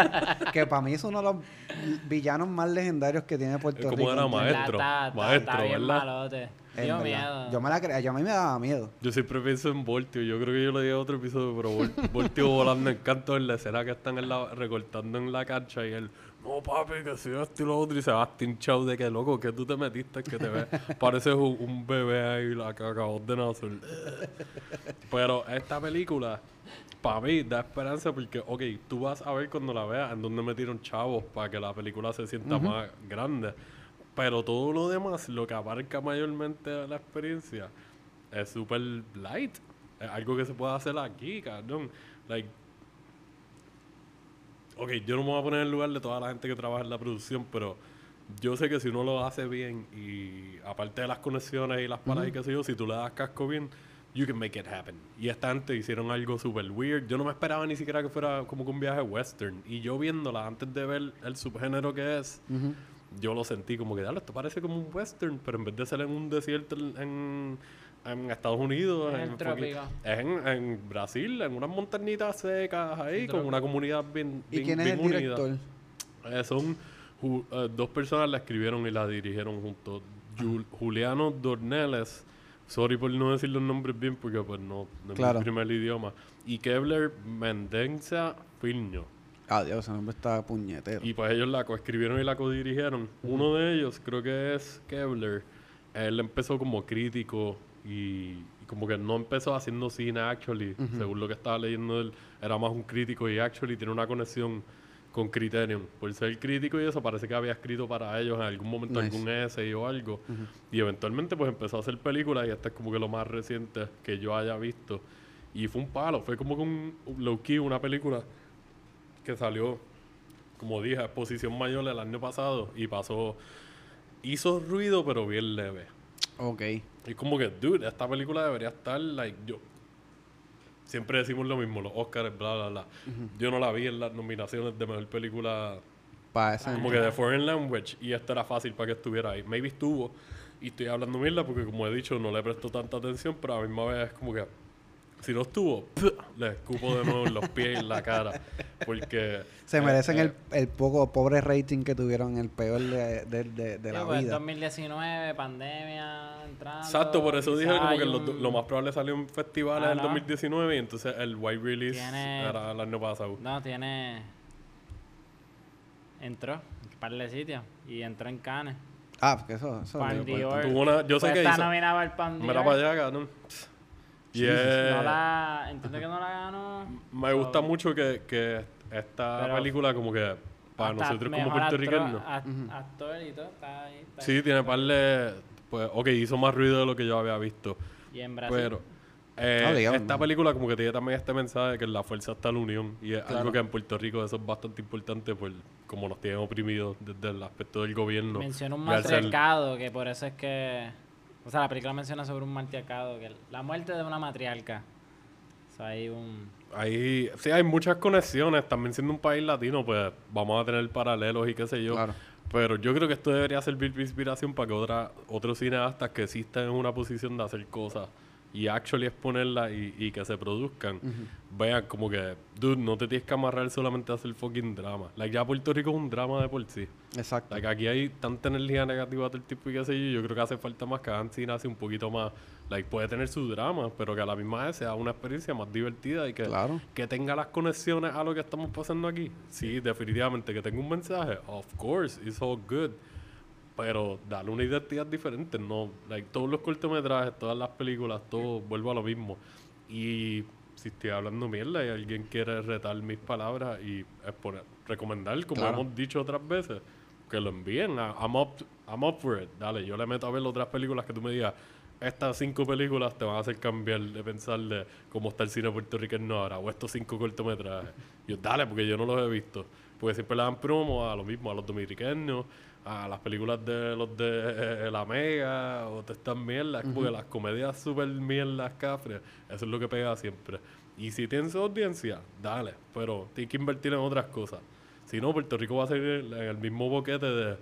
Que para mí es uno de los villanos más legendarios que tiene Puerto Es como Rico. era ¿entiendes? maestro, Está, está- maestro, está bien ¿verdad? malote. En Dio verdad. miedo. Yo me la creía, yo a mí me daba miedo. Yo siempre pienso en Voltio. Yo creo que yo le di a otro episodio, pero Vol- Voltio volando en canto en la escena que están en la, recortando en la cancha y él, no papi, que si esto y lo otro, y se va tinchado de que loco, que tú te metiste, que te ves, pareces un, un bebé ahí, la cagada de Nazul. Pero esta película, para mí, da esperanza porque, ok, tú vas a ver cuando la veas en donde metieron chavos para que la película se sienta Ujú. más grande. Pero todo lo demás, lo que abarca mayormente la experiencia, es súper light. Es algo que se puede hacer aquí, cabrón. Like, ok, yo no me voy a poner en el lugar de toda la gente que trabaja en la producción, pero yo sé que si uno lo hace bien y aparte de las conexiones y las palas y qué sé yo, si tú le das casco bien, you can make it happen. Y esta gente hicieron algo súper weird. Yo no me esperaba ni siquiera que fuera como que un viaje western. Y yo viéndola antes de ver el subgénero que es, Ujú. yo lo sentí como que, dale, esto parece como un western, pero en vez de ser en un desierto en, en Estados Unidos, En el fucking- trópico. es en, en Brasil, en unas montañitas secas ahí, El con trópico. una comunidad bien, ¿Y bien, quién es bien el unida. director? Eh, son ju- eh, dos personas la escribieron y la dirigieron juntos. Jul- Juliano Dorneles, sorry por no decir los nombres bien porque pues no, no es Claro. mi primer idioma. Y Kevler Mendenza Filño. Ah, Dios, ese nombre está puñetero. Y pues ellos la coescribieron y la codirigieron. Uno de ellos, creo que es Kevler, él empezó como crítico y, y como que no empezó haciendo cine actually, Ujú. según lo que estaba leyendo él, era más un crítico y actually tiene una conexión con Criterion. Por ser crítico y eso, parece que había escrito para ellos en algún momento Nice. algún essay o algo. Ujú. Y eventualmente pues empezó a hacer películas y esta es como que lo más reciente que yo haya visto. Y fue un palo, fue como que un, un low-key, una película que salió, como dije, a exposición mayor el año pasado y pasó, hizo ruido pero bien leve. Ok. Y como que, dude, esta película debería estar, like, yo... Siempre decimos lo mismo, los Oscars, bla, bla, bla. Yo no la vi en las nominaciones de mejor película Para ese... como que de Foreign Language y esto era fácil para que estuviera ahí. Maybe estuvo y estoy hablando mierda porque como he dicho no le presto tanta atención, pero a la misma vez es como que Si no estuvo, ¡puh! Le escupo de nuevo en los pies y en la cara. Porque... Se eh, merecen eh, el, el poco pobre rating que tuvieron, el peor de, de, de, de Sí, la pues, vida. dos mil diecinueve, pandemia, entrando. Exacto, por eso dije quizá como hay que lo, un- lo más probable salió en festivales Ah, en no. dos mil diecinueve y entonces el wide release Tiene- era el año pasado. No, tiene... Entró en un par de sitios y entró en Cannes. Ah, porque eso, eso Pan es lo Dior. importante. Tuvo una, yo sé Pues que está hizo... nominado al Pan Mira Dior. para allá, ganó. Y es- No la... Entiendo que no la ganó. me gusta So, mucho que, que esta Pero- película como que para hasta nosotros como mejor puertorriqueños... actor- act- Ujú. Actor y todo, está ahí. Está Sí, ahí. tiene par de... Pues, ok, hizo más ruido de lo que yo había visto. Y en Brasil. Pero eh, Ah, digamos, esta ¿no? película como que tiene también este mensaje de que la fuerza está en la unión. Y es Claro. algo que en Puerto Rico eso es bastante importante, pues como nos tienen oprimidos desde el aspecto del gobierno. Menciona un Y al ser- matriarcado, que por eso es que... O sea, la película menciona sobre un matriarcado, que la muerte de una matriarca. O sea, hay un... Ahí, sí, hay muchas conexiones. También siendo un país latino, pues vamos a tener paralelos y qué sé yo. Claro. Pero yo creo que esto debería servir de inspiración para que otra, otros cineastas que sí estén en una posición de hacer cosas y actually exponerlas y, y que se produzcan, vean como que, dude, no te tienes que amarrar solamente a hacer fucking drama. Like, ya Puerto Rico es un drama de por sí. Exacto. Like, aquí hay tanta energía negativa del tipo y qué sé yo, yo creo que hace falta más que hagan cine así un poquito más, like, puede tener su drama, pero que a la misma vez sea una experiencia más divertida y que, Claro. que tenga las conexiones a lo que estamos pasando aquí. Sí, definitivamente, que tenga un mensaje, of course, it's all good. Pero darle una identidad diferente, no, like, todos los cortometrajes, todas las películas, todo vuelvo a lo mismo. Y si estoy hablando mierda y alguien quiere retar mis palabras y exponer, recomendar, como Claro. hemos dicho otras veces, que lo envíen. a- I'm up, I'm up for it. Dale, yo le meto a ver otras películas que tú me digas, estas cinco películas te van a hacer cambiar de pensar de cómo está el cine puertorriqueño ahora, o estos cinco cortometrajes. Yo, dale, porque yo no los he visto. Porque siempre le dan promo a lo mismo, a los dominicanos, a las películas de los de eh, La Mega, o todas estas mierdas, porque las comedias super mierdas, cafres, eso es lo que pega siempre. Y si tienes audiencia, dale, pero tienes que invertir en otras cosas. Si no, Puerto Rico va a seguir en el mismo boquete de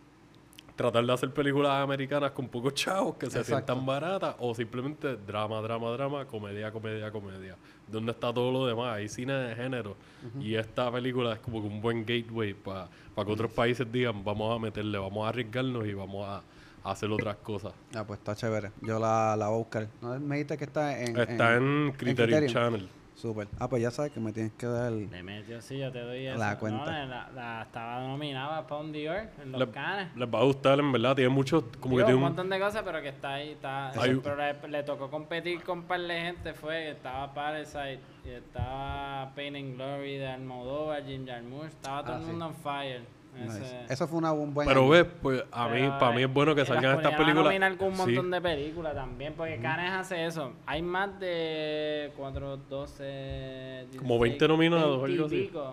tratar de hacer películas americanas con pocos chavos que se Exacto. sientan baratas o simplemente drama, drama, drama, comedia, comedia, comedia. ¿Dónde está todo lo demás? Hay cine de género. Y esta película es como que un buen gateway para que otros países digan, vamos a meterle, vamos a arriesgarnos y vamos a, a hacer otras cosas. Ah, pues está chévere. Yo la, la voy a buscar. ¿No me dijiste que está en... Está en, Criterion Criterion? Channel. Súper. Ah, pues ya sabes que me tienes que dar... Le metió, sí, yo te doy eso. La cuenta. No, la, la- estaba nominada para un Dior en los Le- Cannes. Les va a gustar, en verdad. Tiene muchos, como Digo, que tiene un un... montón de cosas, pero que está ahí, está... Hay un- pero le, le tocó competir con un par de gente, fue que estaba Parasite, y estaba Pain and Glory de Almodóvar, Jim Jarmusch, estaba todo Ah, el sí. mundo on fire. Nice. Ese- Eso fue una, un buen... Pero año. ves, pues a mí, Pero, para mí eh, es bueno que las salgan estas ponían a películas. nominar con un Sí. montón de películas también, porque Cannes hace eso. Hay más de cuatro, doce, Como veinte nominados, veinte y algo así. pico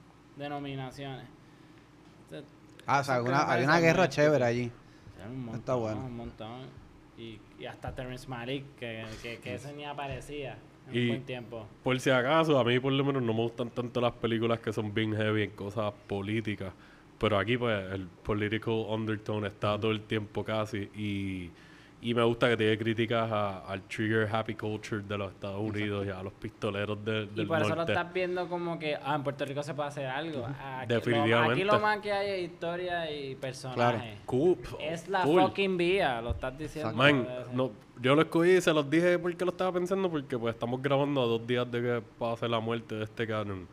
de nominaciones. Entonces, Ah, o sea, eso que me una, hay parece una muy guerra estúpido. chévere allí. Hay un montón, Está bueno. un montón. Y, y hasta Terrence Malick, que, que, que ese ni aparecía en Y- un buen tiempo. Por si acaso, a mí por lo menos no me gustan tanto las películas que son bien heavy en cosas políticas. Pero aquí, pues, el political undertone está todo el tiempo casi. Y, y me gusta que tiene críticas a- al trigger happy culture de los Estados Unidos y a los pistoleros de- Y del por eso lo norte. estás viendo como que, ah, en Puerto Rico se puede hacer algo. Aquí, Definitivamente. Lo, aquí lo más que hay es historia y personajes. Cool. Es la Full. fucking vía, lo estás diciendo. Man, Debe ser. no, yo lo escogí y se los dije porque lo estaba pensando, porque pues estamos grabando a dos días de que pase la muerte de este canon,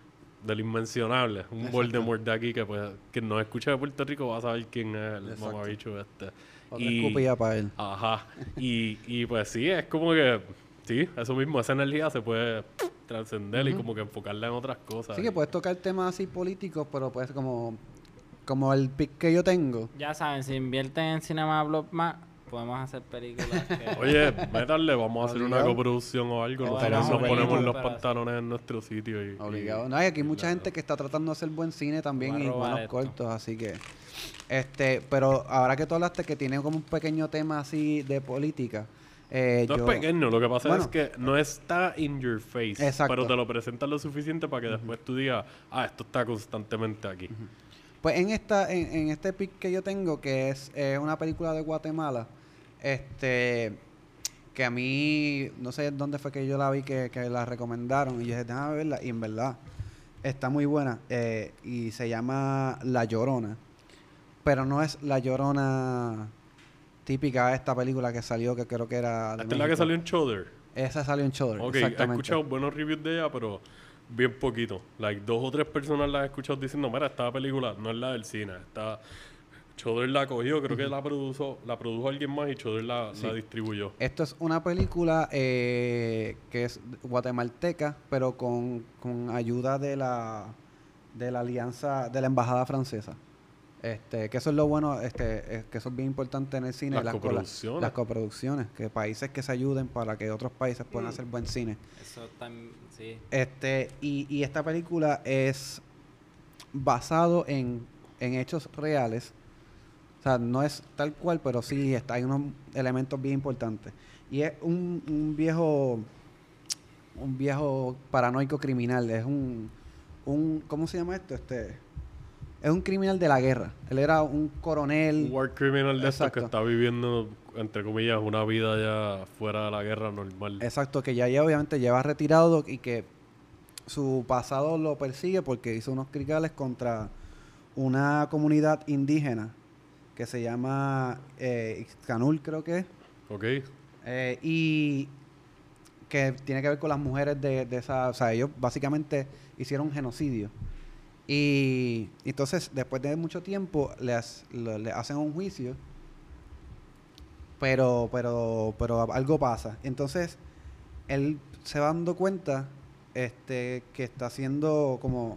del inmencionable, un Exacto. Voldemort de aquí que pues quien nos escucha de Puerto Rico va a saber quién es el Exacto. mamabicho este. Otra Y- escupida para él. Ajá, y, y pues sí, es como que, sí, eso mismo, esa energía se puede trascender y como que enfocarla en otras cosas. Sí que puedes tocar temas así políticos, pero pues como... Como el pick que yo tengo. Ya saben, si invierten en Cinema Blog más, podemos hacer películas que... Oye, métanle, vamos a hacer una Obligado. coproducción o algo, Bueno, nosotros nos obligado, ponemos los pero- pantalones en nuestro sitio y... Obligado. y- No, y aquí hay y mucha la- gente que está tratando de hacer buen cine también Voy a y robar buenos esto. cortos, así que... Este, pero ahora que tú hablaste que tiene como un pequeño tema así de política, eh, No yo... es pequeño, lo que pasa Bueno. es que no está in your face, Exacto. pero te lo presentan lo suficiente para que después tú digas, ah, esto está constantemente aquí. Pues en esta, en, en este pick que yo tengo, que es eh, una película de Guatemala, este, que a mí, no sé dónde fue que yo la vi, que, que la recomendaron, y yo dije, déjame verla, y en verdad está muy buena, eh, y se llama La Llorona, pero no es La Llorona típica de esta película que salió, que creo que era de Esta es la que salió en Shudder. Esa salió en Shudder, Ok, he exactamente. escuchado buenos reviews de ella, pero bien poquito. Like, dos o tres personas la he escuchado diciendo, mira, esta película no es la del cine. Esta... Shudder la cogió, creo que la produjo, la produjo alguien más y Shudder la, Sí. la distribuyó. Esto es una película eh, que es guatemalteca, pero con, con ayuda de la de la alianza, de la embajada francesa. Este, que eso es lo bueno, este, es que eso es bien importante en el cine. Las las co- coproducciones. Las coproducciones, que países que se ayuden para que otros países puedan hacer buen cine. Eso también, sí. Este, y, y esta película es basado en, en hechos reales. O sea, no es tal cual, pero sí está, hay unos elementos bien importantes. Y es un, un viejo un viejo paranoico criminal. Es un, un ¿cómo se llama esto? Este es un criminal de la guerra. Él era un coronel. Un war criminal de estos Exacto. que está viviendo, entre comillas, una vida ya fuera de la guerra normal. Exacto, que ya, ya obviamente lleva retirado y que su pasado lo persigue porque hizo unos criminales contra una comunidad indígena que se llama eh, Ixcanul, creo que es. Ok. Eh, y que tiene que ver con las mujeres de, de esa... O sea, ellos básicamente hicieron un genocidio. Y entonces, después de mucho tiempo, les, le, le hacen un juicio, pero, pero, pero algo pasa. Entonces, él se va dando cuenta este, que está siendo como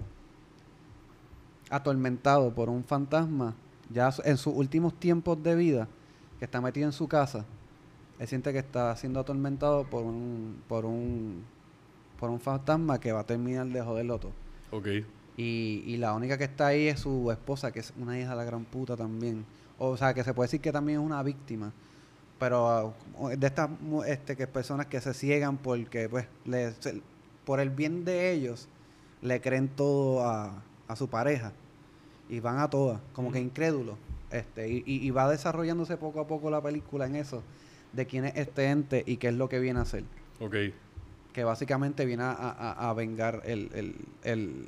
atormentado por un fantasma, ya en sus últimos tiempos de vida, que está metido en su casa. Él siente que está siendo atormentado por un, por un, por un fantasma que va a terminar de joderlo todo. Ok. Y, y la única que está ahí es su esposa, que es una hija de la gran puta también. O sea, que se puede decir que también es una víctima. Pero uh, de estas mu- este, que personas que se ciegan porque, pues, le, se- por el bien de ellos, le creen todo a, a su pareja. Y van a todas, como que Mm. incrédulos. Este, y, y, y va desarrollándose poco a poco la película en eso, de quién es este ente y qué es lo que viene a hacer. Ok. Que básicamente viene a, a, a vengar el, el, el,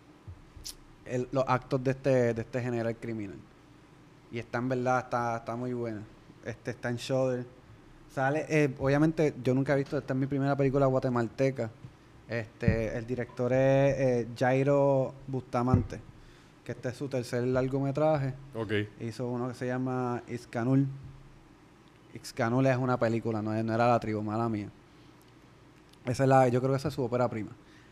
el- los actos de este, de este general criminal. Y está en verdad, está, está muy buena. Este está en Shudder. Sale, eh, obviamente, yo nunca he visto, esta es mi primera película guatemalteca. Este, el director es eh, Jairo Bustamante, que este es su tercer largometraje. Ok. Hizo uno que se llama Ixcanul. Ixcanul es una película, no, es- no era La Tribu, mala mía. Esa es la, yo creo que esa es su ópera prima.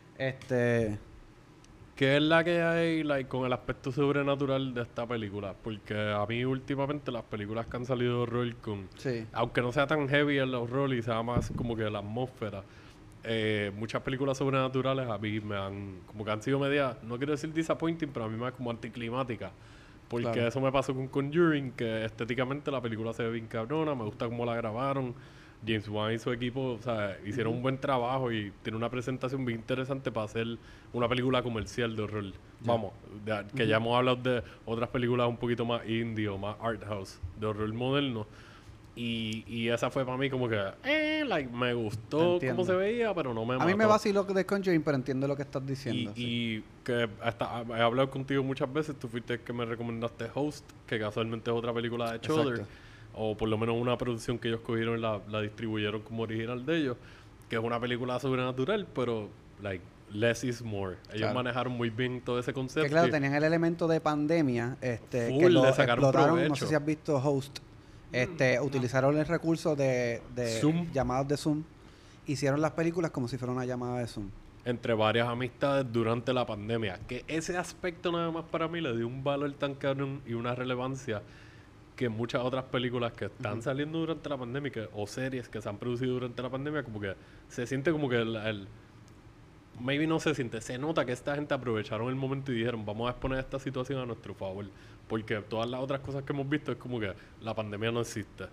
Este, ¿Qué es la que hay like, con el aspecto sobrenatural de esta película? Porque a mí últimamente las películas que han salido de horror con... sí. Aunque no sea tan heavy el horror y sea más como que la atmósfera, eh, muchas películas sobrenaturales a mí me han... Como que han sido medias, no quiero decir disappointing, pero a mí me como anticlimática. Porque Claro. eso me pasó con Conjuring, que estéticamente la película se ve bien cabrona, me gusta cómo la grabaron. James Wan y su equipo, o sea, hicieron un buen trabajo y tiene una presentación bien interesante para hacer una película comercial de horror. Vamos, de- que ya hemos hablado de otras películas un poquito más indie o más art house, de horror moderno. Y, y esa fue para mí como que, eh, like, me gustó Entiendo. cómo se veía, pero no me A mató. mí me vaciló de Conjuring, pero entiendo lo que estás Y, diciendo. sí. y que hasta he hablado contigo muchas veces, tú fuiste el que me recomendaste Host, que casualmente es otra película de Shudder, Exacto. o por lo menos una producción que ellos cogieron y la, la distribuyeron como original de ellos, que es una película sobrenatural, pero like less is more. Ellos Claro. manejaron muy bien todo ese concepto. Que claro, y- tenían el elemento de pandemia, este, Full, que lo le sacaron explotaron, no provecho. sé si has visto Host, este, utilizaron el recurso de, de Zoom. llamadas de Zoom, hicieron las películas como si fuera una llamada de Zoom. entre varias amistades durante la pandemia. Que ese aspecto nada más para mí le dio un valor tan cabrón y una relevancia que muchas otras películas que están Ujú. saliendo durante la pandemia que- o series que se han producido durante la pandemia, como que se siente como que el, el- maybe no se siente, se nota que esta gente aprovecharon el momento y dijeron, vamos a exponer esta situación a nuestro favor, porque todas las otras cosas que hemos visto es como que la pandemia no existe.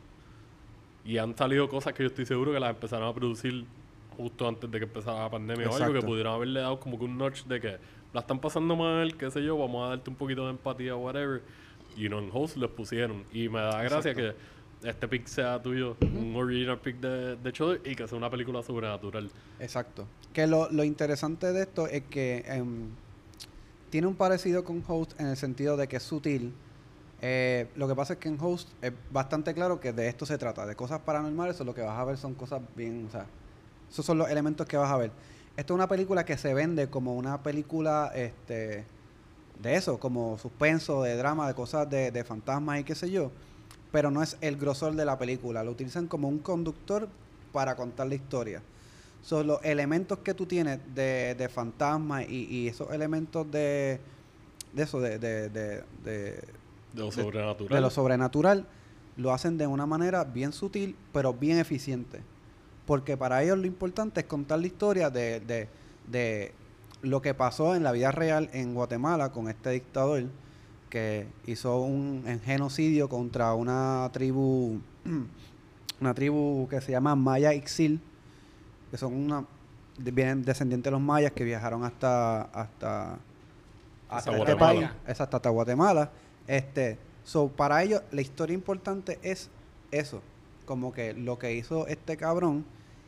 Y han salido cosas que yo estoy seguro que las empezaron a producir justo antes de que empezara la pandemia o algo, que Exacto. pudieron haberle dado como que un notch de que la están pasando mal, qué sé yo, vamos a darte un poquito de empatía o whatever. Y no, en Host les pusieron. Y me da gracia Exacto. este pick sea tuyo, uh-huh. un original pick de, de Shudder y que sea una película sobrenatural. Exacto. Que lo, lo interesante de esto es que um, tiene un parecido con Host en el sentido de que es sutil. Eh, lo que pasa es que en Host es bastante claro que de esto se trata, de cosas paranormales, o lo que vas a ver son cosas bien, o sea, esos son los elementos que vas a ver. Esto es una película que se vende como una película este de eso, como suspenso, de drama, de cosas de, de fantasmas y qué sé yo, pero no es el grosor de la película, lo utilizan como un conductor para contar la historia. Son los elementos que tú tienes de, de fantasmas y, y esos elementos de, de eso, de... de, de, de De lo sobrenatural. De, de lo sobrenatural, lo hacen de una manera bien sutil, pero bien eficiente. Porque para ellos lo importante es contar la historia de, de, de lo que pasó en la vida real en Guatemala con este dictador que hizo un, un genocidio contra una tribu, una tribu que se llama Maya Ixil, que son una, vienen descendientes de los mayas que viajaron hasta hasta, hasta, hasta este país, exacto, hasta Guatemala. Este, so, para ellos la historia importante es eso, como que lo que hizo este cabrón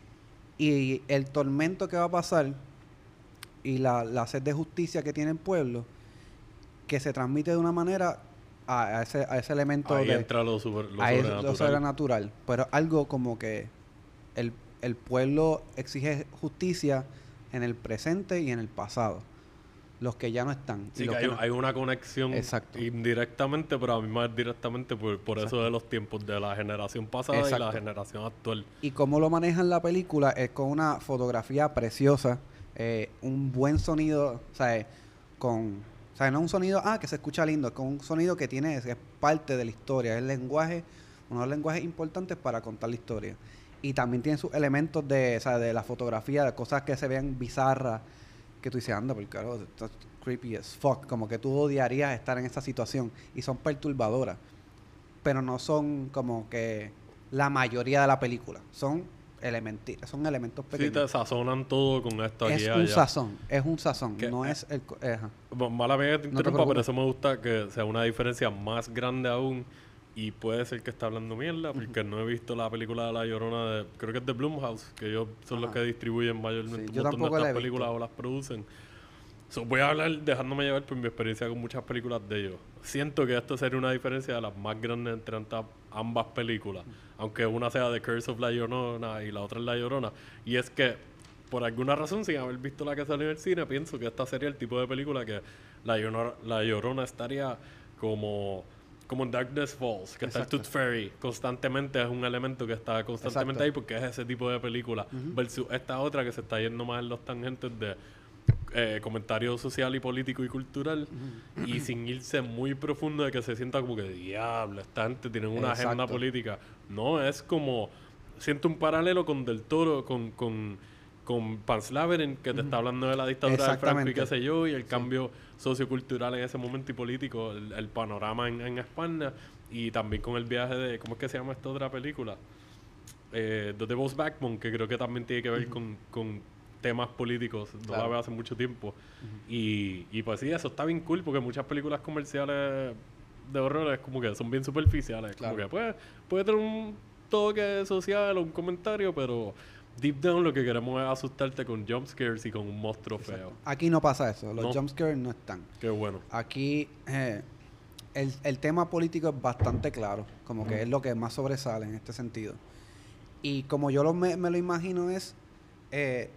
y el tormento que va a pasar y la, la sed de justicia que tiene el pueblo, que se transmite de una manera a, a, ese, a ese elemento ahí de... entra lo, super, lo, a sobrenatural. lo sobrenatural. Pero algo como que el, el pueblo exige justicia en el presente y en el pasado. Los que ya no están. Sí, y que hay, que no... hay una conexión Exacto. indirectamente, pero a mí más directamente por, por eso de los tiempos de la generación pasada Exacto. y la generación actual. Y cómo lo manejan la película es con una fotografía preciosa, eh, un buen sonido, o sea, con, o sea, no un sonido, ah, que se escucha lindo, es con un sonido que tiene, es parte de la historia, es el lenguaje, uno de los lenguajes importantes para contar la historia. Y también tiene sus elementos de, o sea, de la fotografía, de cosas que se vean bizarras, que tú dices, anda, porque claro, está creepy as fuck, como que tú odiarías estar en esa situación, y son perturbadoras, pero no son como que la mayoría de la película, son elementos, son elementos pequeños. Sí, te sazonan todo con esto aquí Es y un allá. sazón, es un sazón, ¿Qué? no es el... Eh, Mala mía que te no te interrumpa, pero eso me gusta que sea una diferencia más grande aún. Y puede ser que está hablando mierda, porque uh-huh. no he visto la película de La Llorona, de, creo que es de Blumhouse, que ellos son Ajá. los que distribuyen mayormente sí, un montón de estas películas o las producen. So, voy a hablar dejándome llevar por mi experiencia con muchas películas de ellos. Siento que esto sería una diferencia de las más grandes entre ambas películas, uh-huh. aunque una sea The Curse of La Llorona y la otra es La Llorona. Y es que, por alguna razón, sin haber visto la que salió en el cine, pienso que esta sería el tipo de película que La Llorona, la Llorona estaría como... como en Darkness Falls, que Exacto. está el Tooth Fairy constantemente, es un elemento que está constantemente Exacto. ahí porque es ese tipo de película, uh-huh. versus esta otra que se está yendo más en los tangentes de eh, comentario social y político y cultural, uh-huh. y sin irse muy profundo de que se sienta como que diablo, esta gente tiene una Exacto. agenda política. No, es como, siento un paralelo con Del Toro, con, con, con Pan's Labyrinth, que te uh-huh. está hablando de la dictadura de Franco y qué sé yo, y el sí. cambio sociocultural en ese momento y político, el, el panorama en, en España, y también con el viaje de, ¿cómo es que se llama esta otra película? Eh, The Devil's Backbone, que creo que también tiene que ver uh-huh. con, con temas políticos, no claro. la veo hace mucho tiempo. Uh-huh. Y, y pues sí, eso está bien cool, porque muchas películas comerciales de horror es como que son bien superficiales, claro. como que puede, puede tener un toque social o un comentario, pero... deep down lo que queremos es asustarte con jumpscares y con un monstruo Exacto. feo. Aquí no pasa eso. Los no. jumpscares no están. Qué bueno. Aquí eh, el, el tema político es bastante claro. Como mm. que es lo que más sobresale en este sentido. Y como yo lo, me, me lo imagino es... Eh,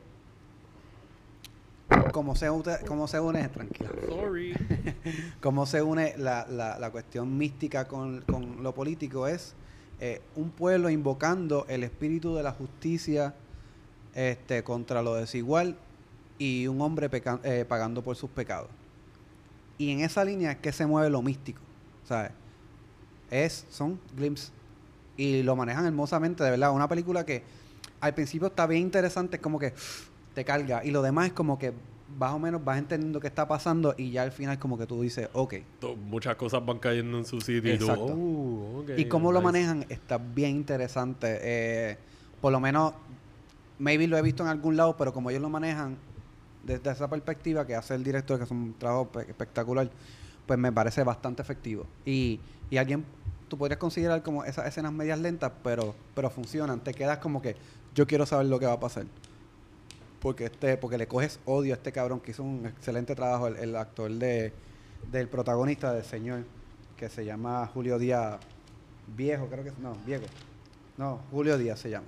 como se, como se une... Tranquila. Sorry. Como se une la, la, la cuestión mística con, con lo político es... Eh, un pueblo invocando el espíritu de la justicia este contra lo desigual y un hombre peca- eh, pagando por sus pecados. Y en esa línea es que se mueve lo místico, ¿sabes? Es, son glimpses y lo manejan hermosamente, de verdad. Una película que al principio está bien interesante, es como que te carga, y lo demás es como que más o menos vas entendiendo qué está pasando y ya al final como que tú dices, ok. Muchas cosas van cayendo en su sitio. Exacto. Y, tú, oh, okay, y cómo nice. lo manejan está bien interesante. Eh, por lo menos, maybe lo he visto en algún lado, pero como ellos lo manejan desde esa perspectiva que hace el director, que es un trabajo pe- espectacular, pues me parece bastante efectivo. Y, y alguien tú podrías considerar como esas escenas medias lentas, pero, pero funcionan. Te quedas como que yo quiero saber lo que va a pasar. Porque este, porque le coges odio a este cabrón que hizo un excelente trabajo, el, el actor de, del protagonista del señor, que se llama Julio Díaz Viejo, creo que es, no, Viejo. No, Julio Díaz se llama.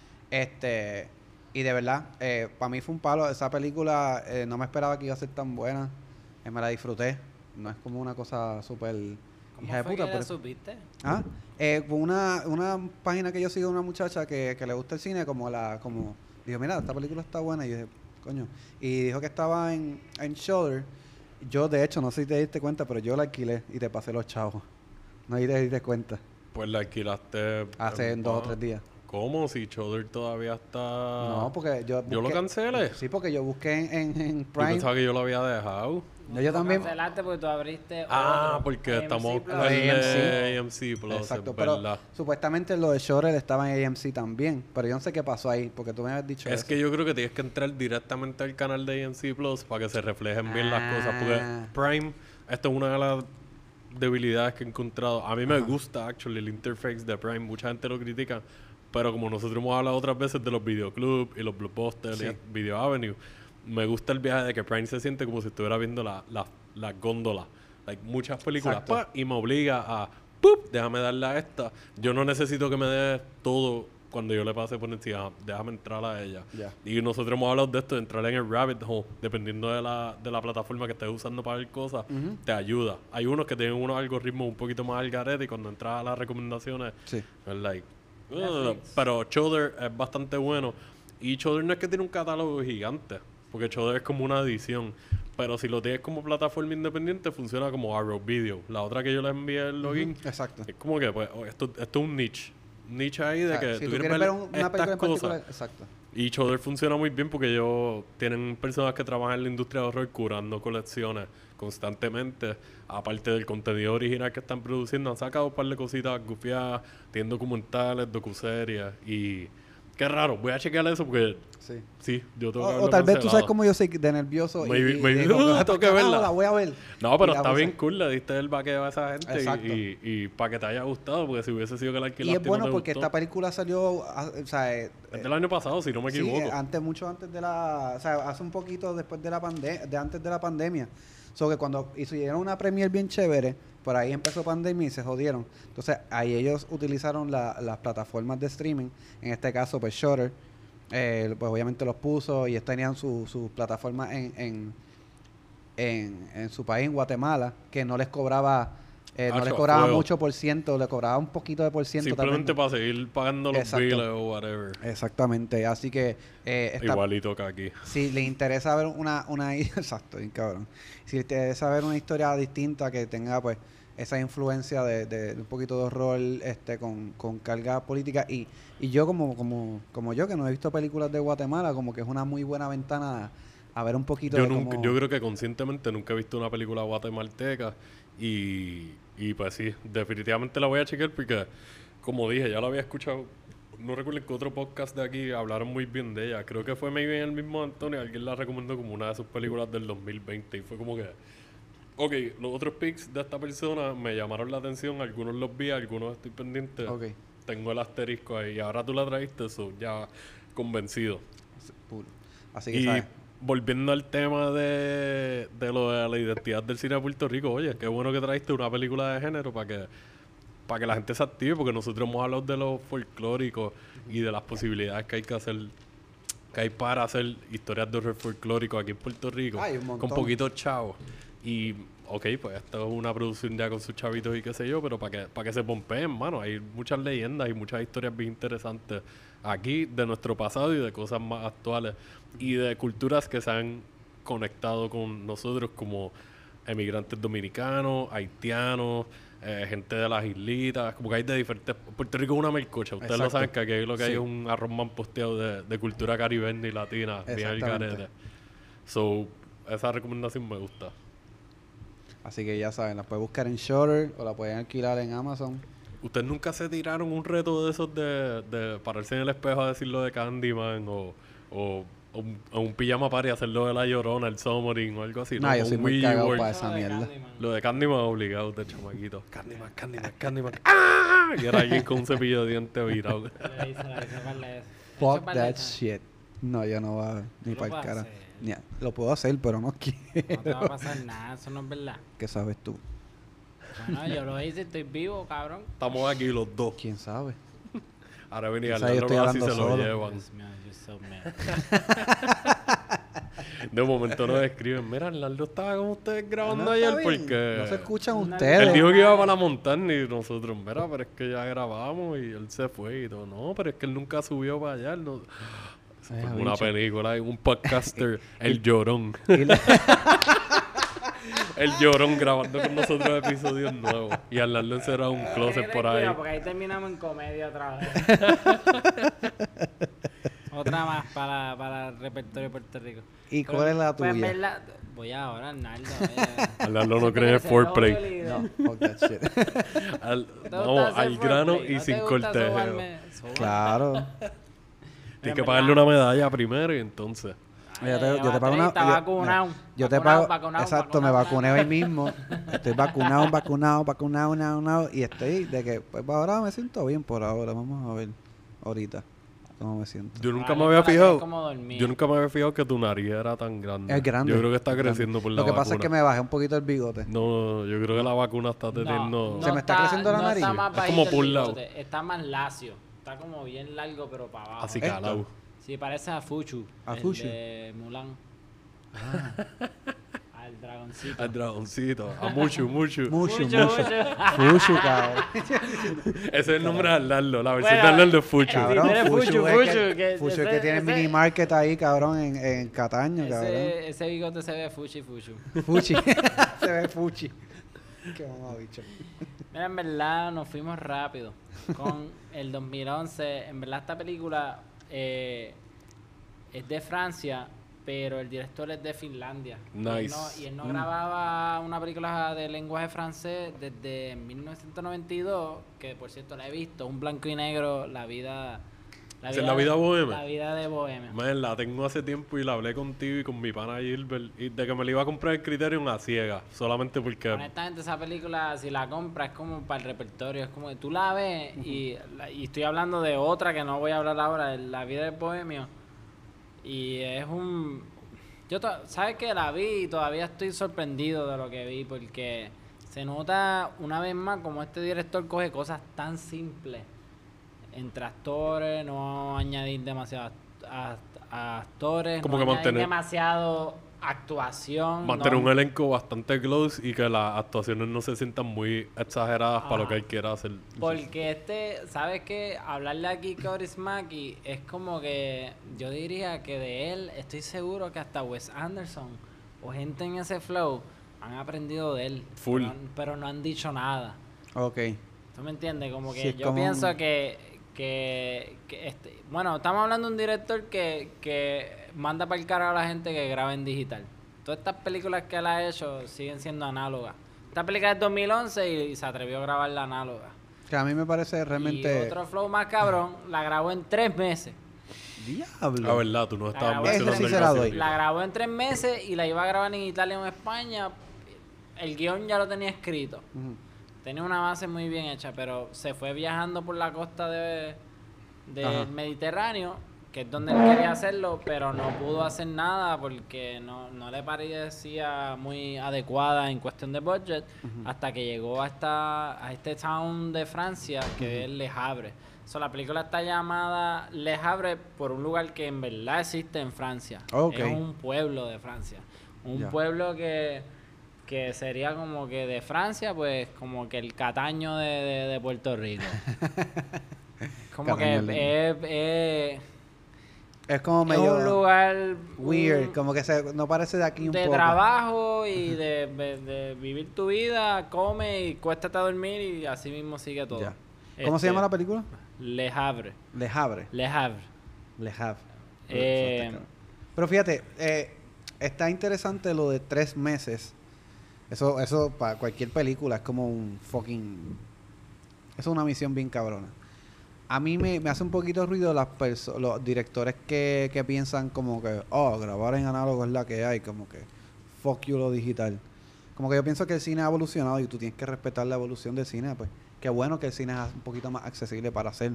Este, y de verdad, eh, para mí fue un palo. Esa película eh, no me esperaba que iba a ser tan buena. Eh, me la disfruté. No es como una cosa súper ¿Cómo hija de fue puta, que pero... la supiste? ¿Ah? Eh, fue una, una página que yo sigo de una muchacha que, que le gusta el cine, como la, como, dijo, mira, esta película está buena, y yo dije, coño, y dijo que estaba en, en Shudder. Yo, de hecho, no sé si te diste cuenta, pero yo la alquilé y te pasé los chavos. No te diste cuenta. Pues la alquilaste... Hace en- dos o tres días. ¿Cómo? Si Shudder todavía está... No, porque yo ¿Yo lo busqué- cancelé? Sí, porque yo busqué en, en, en Yo Prime. pensaba que yo lo había dejado. No, yo Tú también. cancelaste porque tú abriste Ah, otro. porque A M C estamos Plus. en A M C. A M C Plus, Exacto, es pero verdad. supuestamente lo de Shudder estaba en A M C también, pero yo no sé qué pasó ahí, porque tú me habías dicho Es eso. que yo creo que tienes que entrar directamente al canal de A M C Plus para que se reflejen bien las cosas. Ah. Porque Prime, esto es una de las debilidades que he encontrado. A mí me gusta, actually, el interface de Prime. Mucha gente lo critica. Pero como nosotros hemos hablado otras veces de los videoclubs y los blockbusters Sí. y Video Avenue, me gusta el viaje de que Prime se siente como si estuviera viendo la, la, la góndola. Like, muchas películas. Exacto. pa, y me obliga a, ¡pup! Déjame darle a esta. Yo no necesito que me dé todo cuando yo le pase por encima. Déjame entrar a ella. Ya. Y nosotros hemos hablado de esto, de entrar en el rabbit hole, dependiendo de la, de la plataforma que estés usando para ver cosas, Ujú. te ayuda. Hay unos que tienen unos algoritmos un poquito más al garete y cuando entras a las recomendaciones, Sí. es like... "Ugh", Netflix. pero Shudder es bastante bueno. Y Shudder no es que tiene un catálogo gigante, porque Shudder es como una edición. Pero si lo tienes como plataforma independiente, funciona como Arrow Video. La otra que yo le envié el login, Exacto. es como que, pues, oh, esto, esto es un niche. Un niche ahí de O sea, que si tú tú quieres quieres ver, ver un- una estas película en cosas. particular, exacto. Y Shudder funciona muy bien porque ellos tienen personas que trabajan en la industria de horror curando colecciones constantemente. Aparte del contenido original que están produciendo, han sacado un par de cositas gufiadas, tienen documentales, docuseries y... Qué raro, voy a chequear eso porque Sí. sí, yo tengo O, que o haberlo tal vez tú sabes cancelado. cómo yo soy de nervioso y- Maybe- y, maybe- digo, "Ah, tengo que carajo, verla". la voy a ver. No, pero Y la está voy a- bien cool, le diste el vaqueo a esa gente Exacto. y, y, y para que te haya gustado, porque si hubiese sido que la Y alquilaste es bueno no te porque gustó. esta película salió, ah, o sea, eh, Es del año pasado, si no me sí, equivoco. eh, antes, mucho antes de la, o sea, hace un poquito después de la pandemia, de antes de la pandemia. So que cuando hicieron una premiere bien chévere, por ahí empezó pandemia y se jodieron. Entonces ahí ellos utilizaron la- las plataformas de streaming, en este caso pues Shudder, eh, pues obviamente los puso y ellos tenían sus su plataformas en, en, en, en su país, en Guatemala, que no les cobraba, eh, no Hacho, les a cobraba fuego. mucho por ciento, le cobraba un poquito de por ciento Simplemente también. para seguir pagando los Exacto. billes o whatever. Exactamente, así que eh, esta- Igualito que aquí. si le interesa ver una, una exacto, bien cabrón. Si le interesa ver una historia distinta que tenga pues esa influencia de, de- de un poquito de horror este con, con carga política y, y yo como, como, como yo que no he visto películas de Guatemala, como que es una muy buena ventana a, a ver un poquito Yo, de nunca, cómo- yo creo que conscientemente nunca he visto una película guatemalteca y, y pues sí, definitivamente la voy a chequear porque, como dije, ya la había escuchado. No recuerdo que otro podcast de aquí hablaron muy bien de ella. Creo que fue maybe el mismo Antonio. Alguien la recomendó como una de sus películas del dos mil veinte y fue como que... Ok, los otros pics de esta persona me llamaron la atención. Algunos los vi, algunos estoy pendiente. Ok, Tengo el asterisco ahí. Y ahora tú la traíste, eso ya convencido. puro. Así que Y sabes. volviendo al tema de, de lo de la identidad del cine de Puerto Rico, oye, qué bueno que traíste una película de género para que, para que la gente se active, porque nosotros hemos hablado de lo folclórico y de las posibilidades que hay que hacer, que hay para hacer historias de horror folclórico aquí en Puerto Rico, Hay un montón. con poquitos chavos. Y, ok, pues esto es una producción ya con sus chavitos y qué sé yo, pero para que, para que se pompeen, mano, hay muchas leyendas y muchas historias bien interesantes aquí de nuestro pasado y de cosas más actuales y de culturas que se han conectado con nosotros como emigrantes dominicanos, haitianos, eh, gente de las islitas, como que hay de diferentes... Puerto Rico es una melcocha, ustedes lo Exacto. saben que aquí lo que hay Sí. es un arroz man posteado de, de cultura caribeña y latina, bien al Exactamente. garete. So, esa recomendación me gusta. Así que ya saben, la pueden buscar en Shudder o la pueden alquilar en Amazon. ¿Ustedes nunca se tiraron un reto de esos de, de pararse en el espejo a decir lo de Candyman o, o un, a un pijama party hacerlo de La Llorona, el Submarine o algo así. No, yo Un soy muy Ouija cagado board. para esa mierda. Lo de Candyman obligado de chamaquito. Candyman, Candyman, Candyman. ¡Ah! Y era alguien con un cepillo de dientes virado. Le hice la hice par de eso. Fuck Hecho par that de eso. shit. No, yo no voy a... Ni Tú lo para el puedes cara. hacer. Ni a- lo puedo hacer, pero no quiero. No te va a pasar nada, eso no es verdad. ¿Qué sabes tú? Bueno, yo lo hice, estoy vivo, cabrón. Estamos aquí los dos. ¿Quién sabe? Ahora venía O sea, yo Arnaldo estoy Rossi y se hablando lo solo. llevan. Dios mío, you're so mad. De momento nos escriben, mira, Arnaldo estaba con ustedes grabando No, ayer está bien. porque... No se escuchan No, ustedes. Él dijo que iba para la montaña y nosotros, mira, pero es que ya grabamos y él se fue y todo. No, pero es que él nunca subió para allá. él No... Eso Ay, fue como bicho. una película, un podcaster, El Llorón. Y la- El Llorón grabando con nosotros episodios nuevos. Y Arnaldo encerrado en un closet por ahí. Porque ahí terminamos en comedia otra vez. Otra más para, para el repertorio de Puerto Rico. ¿Y Pero, cuál es la pues, en tuya? verdad- voy ahora, Arnaldo. oye. Arnaldo no Siempre cree que en se foreplay. doble el No, líder. fuck that shit. Al- ¿No te gusta vamos, hacer al grano foreplay? y ¿No te sin gusta cortejeo. sobarme? Sóbame. Claro. Tienes que En pagarle verdad. una medalla primero y entonces... Yo te, Ay, yo te pago una... Está yo- vacunado. Yo te Vacunado, pago... vacunado, exacto, me vacunado, vacuné hoy mismo. Estoy vacunado, vacunado, vacunado, vacunado. Y estoy de que... Pues ahora me siento bien por ahora. Vamos a ver ahorita cómo me siento. Yo nunca Vale, me había para que fijado... es como dormir. Yo nunca me había fijado que tu nariz era tan grande. Es grande. Yo creo que está es grande. creciendo por la Lo que vacuna. pasa es que me bajé un poquito el bigote. No, yo creo que la vacuna está teniendo... Se me está creciendo la no nariz. Está más Es bajito como el por un lado. bigote, está más lacio. Está como bien largo, pero para abajo. Así ¿Esto? calado. Sí, parece a Fuchu. ¿A el Fuchu? de Mulan. Al dragoncito. Al dragoncito. A Muchu, Muchu. Mucho, Fuchu, mucho. Fuchu. Fuchu, cabrón. Ese es el nombre de Arnaldo. La versión Bueno, de Arnaldo es Fuchu. Cabrón, tú eres Fuchu, Fuchu, es Fuchu, que, que Fuchu es ese- que tiene ese- mini market ahí, cabrón, en, en Cataño, cabrón. Ese, ese bigote se ve Fuchi Fuchu. Fuchi. Se ve Fuchi. Qué mamá, bicho. Mira, en verdad nos fuimos rápido con el dos mil once. En verdad esta película eh, es de Francia, pero el director es de Finlandia. Y él Nice. no, y él no Mm. grababa una película de lenguaje francés desde mil novecientos noventa y dos, que por cierto la he visto, un blanco y negro, la vida... ¿Esa es La vida bohemia? La vida de bohemia. Man, la tengo hace tiempo y la hablé contigo y con mi pana Gilbert. Y de que me la iba a comprar el Criterion a ciega. Solamente porque... Honestamente, esa película, si la compras, es como para el repertorio. Es como que tú la ves y, la- y estoy hablando de otra que no voy a hablar ahora, de La vida del bohemio. Y es un... Yo, to- ¿sabes qué? La vi y todavía estoy sorprendido de lo que vi porque se nota una vez más como este director coge cosas tan simples entre actores, no añadir demasiados act- actores, Como no que añadir mantener- demasiado actuación. Mantener no- un elenco bastante close y que las actuaciones no se sientan muy exageradas para lo que él quiera hacer. Porque este, ¿sabes qué? Hablarle aquí Kaurismäki es como que yo diría que de él estoy seguro que hasta Wes Anderson o gente en ese flow han aprendido de él. Full. Pero, pero no han dicho nada. Ok. ¿Tú me entiendes? Como que Sí, es yo como pienso un- que, que, que este, bueno, estamos hablando de un director que, que manda para el carajo a la gente que graba en digital. Todas estas películas que él ha hecho siguen siendo análogas. Esta película es dos mil once y se atrevió a grabar la análoga. Que a mí me parece realmente... Y otro flow más cabrón, la grabó en tres meses. Diablo. La verdad, tú no estabas grabó- mencionando Ese sí el se la doy. Gasecito. La grabó en tres meses y la iba a grabar en Italia o en España. El guión ya lo tenía escrito. Ujú. Tenía una base muy bien hecha, pero se fue viajando por la costa de, Ajá. del Mediterráneo, que es donde él quería hacerlo, pero no pudo hacer nada porque no, no le parecía muy adecuada en cuestión de budget, hasta que llegó a, esta, a este town de Francia, que es Le Havre. So, la película está llamada Le Havre por un lugar que en verdad existe en Francia. Ok. Es un pueblo de Francia. Un Ya. pueblo que que sería como que de Francia, pues como que el Cataño de, de, de Puerto Rico. Como que Cataño es, es, Es como es medio... un lugar weird. un- Como que se, no parece de aquí un de poco. trabajo y de, de- de vivir tu vida, come y cuéstate a dormir y así mismo sigue todo. Ya. ¿Cómo se Este, llama la película? Le Havre. Le Havre. Le Havre. Le Havre. Eh, Pero fíjate, eh, está interesante lo de tres meses. Eso, eso para cualquier película es como un fucking... Eso es una misión bien cabrona. a mí me, me hace un poquito de ruido las perso- los directores que, que piensan como que, oh, grabar en análogo es la que hay, como que, fuck you lo digital. Como que yo pienso que el cine ha evolucionado y tú tienes que respetar la evolución del cine, pues. Qué bueno que el cine es un poquito más accesible para hacer.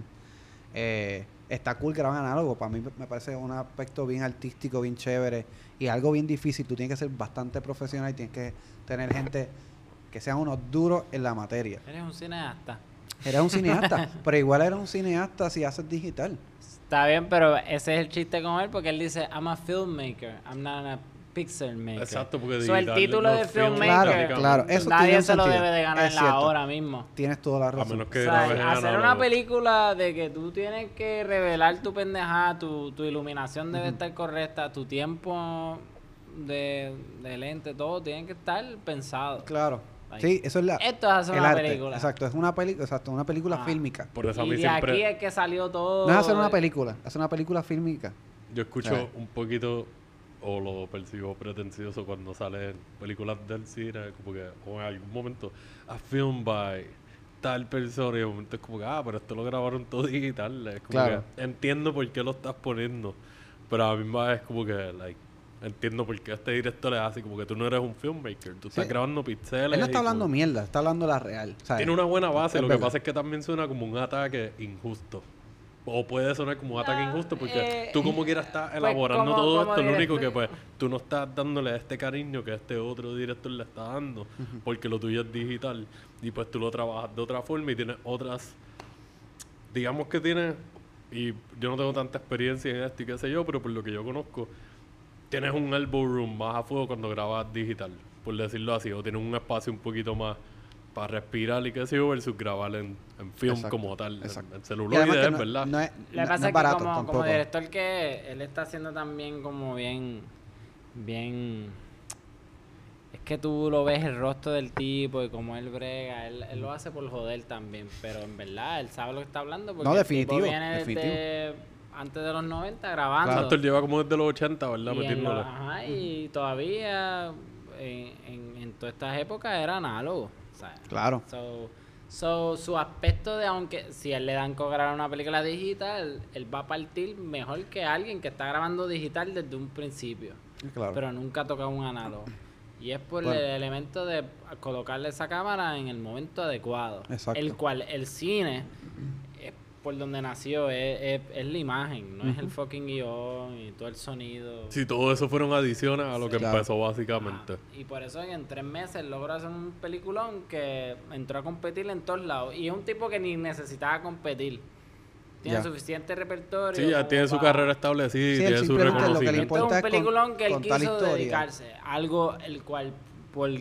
Eh, está cool grabar en análogo. Para mí me parece un aspecto bien artístico, bien chévere y algo bien difícil. Tú tienes que ser bastante profesional y tienes que tener gente que sean unos duros en la materia. Eres un cineasta. Eres un cineasta, pero igual eres un cineasta si haces digital. Está bien, pero ese es el chiste con él porque él dice, I'm a filmmaker, I'm not a pixel maker. Exacto, porque So, el digital título no de es film, Claro, filmmaker, claro, eso nadie tiene se lo sentido. debe de ganar Es en la cierto. hora mismo. Tienes toda la A razón. menos que O sea, grabes en hacer una análogo. película de que tú tienes que revelar tu pendejada, tu, tu iluminación debe estar correcta, tu tiempo de, de lente, todo tiene que estar pensado. Claro. Like, Sí, eso es la esto es hacer el una arte. película. Exacto, es una película, exacto, una película Ah. fílmica. Por eso a Y mí de siempre... aquí es que salió todo. No es hacer una película, es una película fílmica. Yo escucho Ah. un poquito, o lo percibo pretencioso cuando salen películas del cine, como que, o en algún momento, a film by tal persona, y de momento es como que, ah, pero esto lo grabaron todo digital. Es como Claro. que entiendo por qué lo estás poniendo, pero a mí misma es como que, like, entiendo por qué este director es así, como que tú no eres un filmmaker, tú estás Sí. grabando pixeles. Él no y está hablando como- mierda, está hablando la real. ¿sabes? Tiene una buena base, Es lo verdad. que pasa es que también suena como un ataque injusto. O puede sonar como un ataque No, injusto porque eh, tú como quieras estás pues elaborando como- todo como esto, lo único que director- pues tú no estás dándole este cariño que este otro director le está dando, porque lo tuyo es digital y pues tú lo trabajas de otra forma y tienes otras, digamos que tienes, y yo no tengo tanta experiencia en esto y qué sé yo, pero por lo que yo conozco, tienes un elbow room más a fuego cuando grabas digital, por decirlo así, o tienes un espacio un poquito más para respirar y qué sé yo, versus grabar en, en film Exacto, como tal, en- exacto. en, Y celuloide, además que es no, verdad. no es, Lo que no- no pasa es es que barato como, tampoco. como director que él está haciendo también como bien, bien, es que tú lo ves el rostro del tipo y como él brega, él, él lo hace por joder también, pero en verdad él sabe lo que está hablando porque No, el tipo definitivo, viene definitivo. desde antes de los noventa grabando. Tanto él lleva como desde los ochenta, ¿verdad? Y, en Metiéndole. lo- ajá, y todavía en, en, en todas estas épocas era análogo. O sea, Claro. So, so, su aspecto de, aunque si a él le dan que grabar una película digital, él va a partir mejor que alguien que está grabando digital desde un principio, Claro. pero nunca ha tocado un análogo. Y es por Bueno. el elemento de colocarle esa cámara en el momento adecuado. Exacto. El cual el cine es por donde nació, es, es, es la imagen, no es el fucking guión y todo el sonido. Sí, todo eso fueron adiciones a lo que Claro. empezó básicamente. Ajá. Y por eso en tres meses logró hacer un peliculón que entró a competir en todos lados. Y es un tipo que ni necesitaba competir. Tiene Ya. suficiente repertorio. Sí, ya como tiene su para- carrera establecida y Sí, él tiene su simplemente lo que le reconocimiento. Esto es importa un es con- peliculón que él contar quiso historia. dedicarse. Algo el cual, por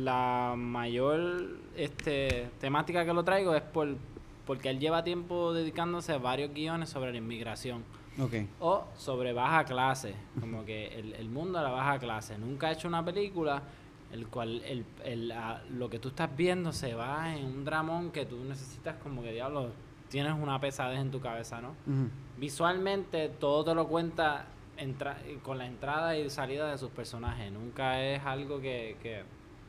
la mayor este temática que lo traigo, es por porque él lleva tiempo dedicándose a varios guiones sobre la inmigración. Ok. O sobre baja clase, como que el, el mundo de la baja clase. Nunca ha hecho una película el cual el, el, a- lo que tú estás viendo se va en un dramón que tú necesitas como que, diablo, tienes una pesadez en tu cabeza, ¿no? Ujú. Visualmente todo te lo cuenta entra con la entrada y salida de sus personajes. Nunca es algo que, que,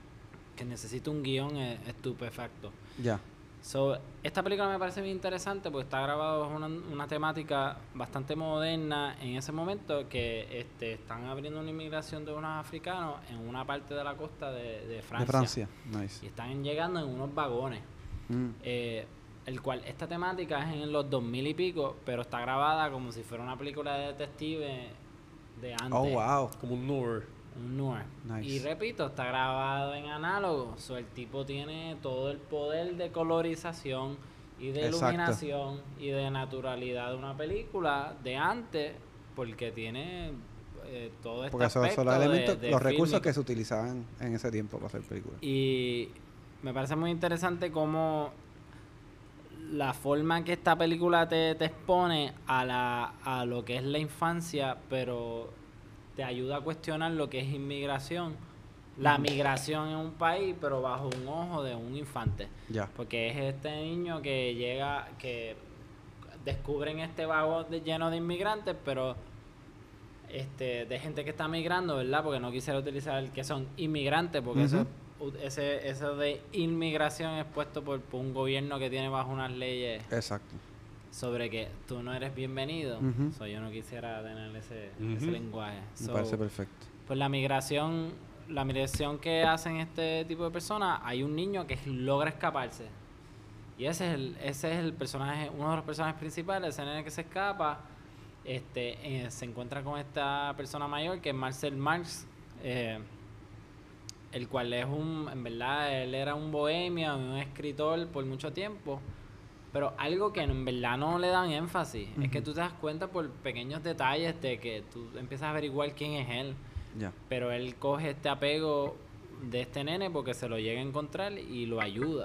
que necesita un guión eh, estupefacto. Ya. So, esta película me parece muy interesante porque está grabado bajo una, una temática bastante moderna en ese momento que este, están abriendo una inmigración de unos africanos en una parte de la costa de, de Francia. De Francia. Y Nice. están llegando en unos vagones. Mm. Eh, el cual esta temática es en los dos mil y pico, pero está grabada como si fuera una película de detective de antes. Oh, wow. Como un noir. Un noir. Nice. Y repito, está grabado en análogo. So, el tipo tiene todo el poder de colorización y de Exacto. iluminación y de naturalidad de una película de antes, porque tiene eh, todo este Porque esos son aspecto los de- elementos, de los recursos fílmico. que se utilizaban en ese tiempo para hacer películas. Y me parece muy interesante cómo la forma que esta película te, te expone a, la, a lo que es la infancia, pero te ayuda a cuestionar lo que es inmigración. La migración en un país, pero bajo un ojo de un infante. Ya. Porque es este niño que llega, que descubren este vagón de- lleno de inmigrantes, pero este de gente que está migrando, ¿verdad? Porque no quisiera utilizar el que son inmigrantes, porque eso, u- ese, eso de inmigración es puesto por, por un gobierno que tiene bajo unas leyes Exacto. sobre que tú no eres bienvenido. Ujú. So, yo no quisiera tener ese, Ujú. ese lenguaje. Me So, parece perfecto. pues la migración, la migración que hacen este tipo de personas, hay un niño que logra escaparse. Y ese es el, ese es el personaje, uno de los personajes principales, ese nene que se escapa, este, eh, se encuentra con esta persona mayor que es Marcel Marx, eh, el cual es un, en verdad, él era un bohemio, un escritor por mucho tiempo, pero algo que en verdad no le dan énfasis, es que Ujú. tú te das cuenta por pequeños detalles de que tú empiezas a averiguar quién es él, Ya. pero él coge este apego de este nene porque se lo llega a encontrar y lo ayuda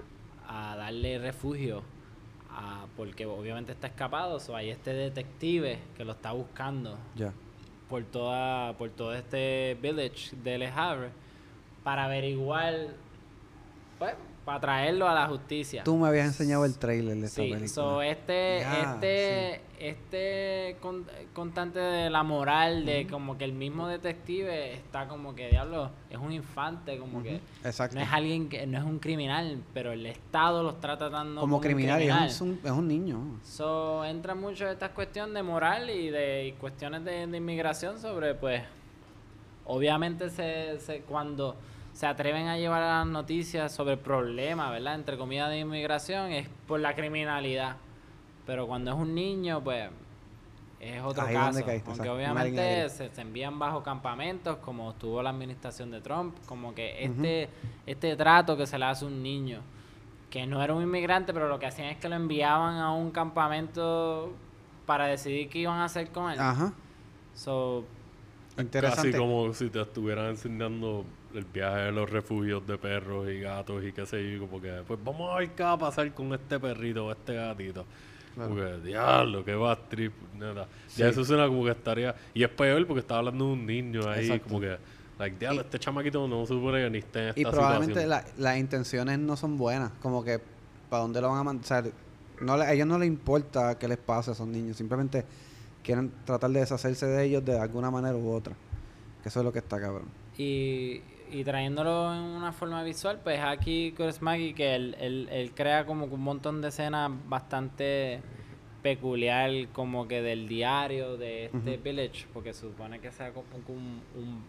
a darle refugio, a, porque obviamente está escapado, so hay este detective que lo está buscando Ya. por toda por todo este village de Le Havre para averiguar, pues, para traerlo a la justicia. Tú me habías enseñado el trailer de esta Sí, película. so este, Ya, este, este con- constante de la moral de como que el mismo detective está como que, diablo, es un infante, como que Exacto. no es alguien que, no es un criminal, pero el Estado los está tratando Como como, criminal, un y criminal. es un, es un niño. So, entra mucho esta cuestión de moral y de y cuestiones de, de inmigración sobre, pues, obviamente se, se cuando se atreven a llevar a las noticias sobre problemas, ¿verdad? Entre comillas de inmigración, es por la criminalidad. Pero cuando es un niño, pues, es otro Ahí caso. donde caíste, Aunque exacto, una línea obviamente gris. se, se envían bajo campamentos, como estuvo la administración de Trump, como que este, este trato que se le hace a un niño, que no era un inmigrante, pero lo que hacían es que lo enviaban a un campamento para decidir qué iban a hacer con él. Ajá. So, Interesante. Casi como si te estuvieran enseñando el viaje de los refugios de perros y gatos y qué sé yo, como que, pues vamos a ver qué va a pasar con este perrito o este gatito. Claro. Como que, diablo, qué va trip, nada. Sí. Ya eso suena como que estaría... Y es peor porque estaba hablando de un niño ahí, Exacto. como que, like, diablo, Y- este chamaquito no se supone que ni esté en esta Y probablemente situación. la- las intenciones no son buenas. Como que, ¿para dónde lo van a mandar? O sea, no le- a ellos no les importa qué les pase a esos niños. Simplemente quieren tratar de deshacerse de ellos de alguna manera u otra. Que eso es lo que está cabrón. y, y trayéndolo en una forma visual, pues aquí Kaurismäki, que él, él, él crea como que un montón de escenas bastante peculiar, como que del diario de este Ujú. village, porque se supone que sea como que un, un,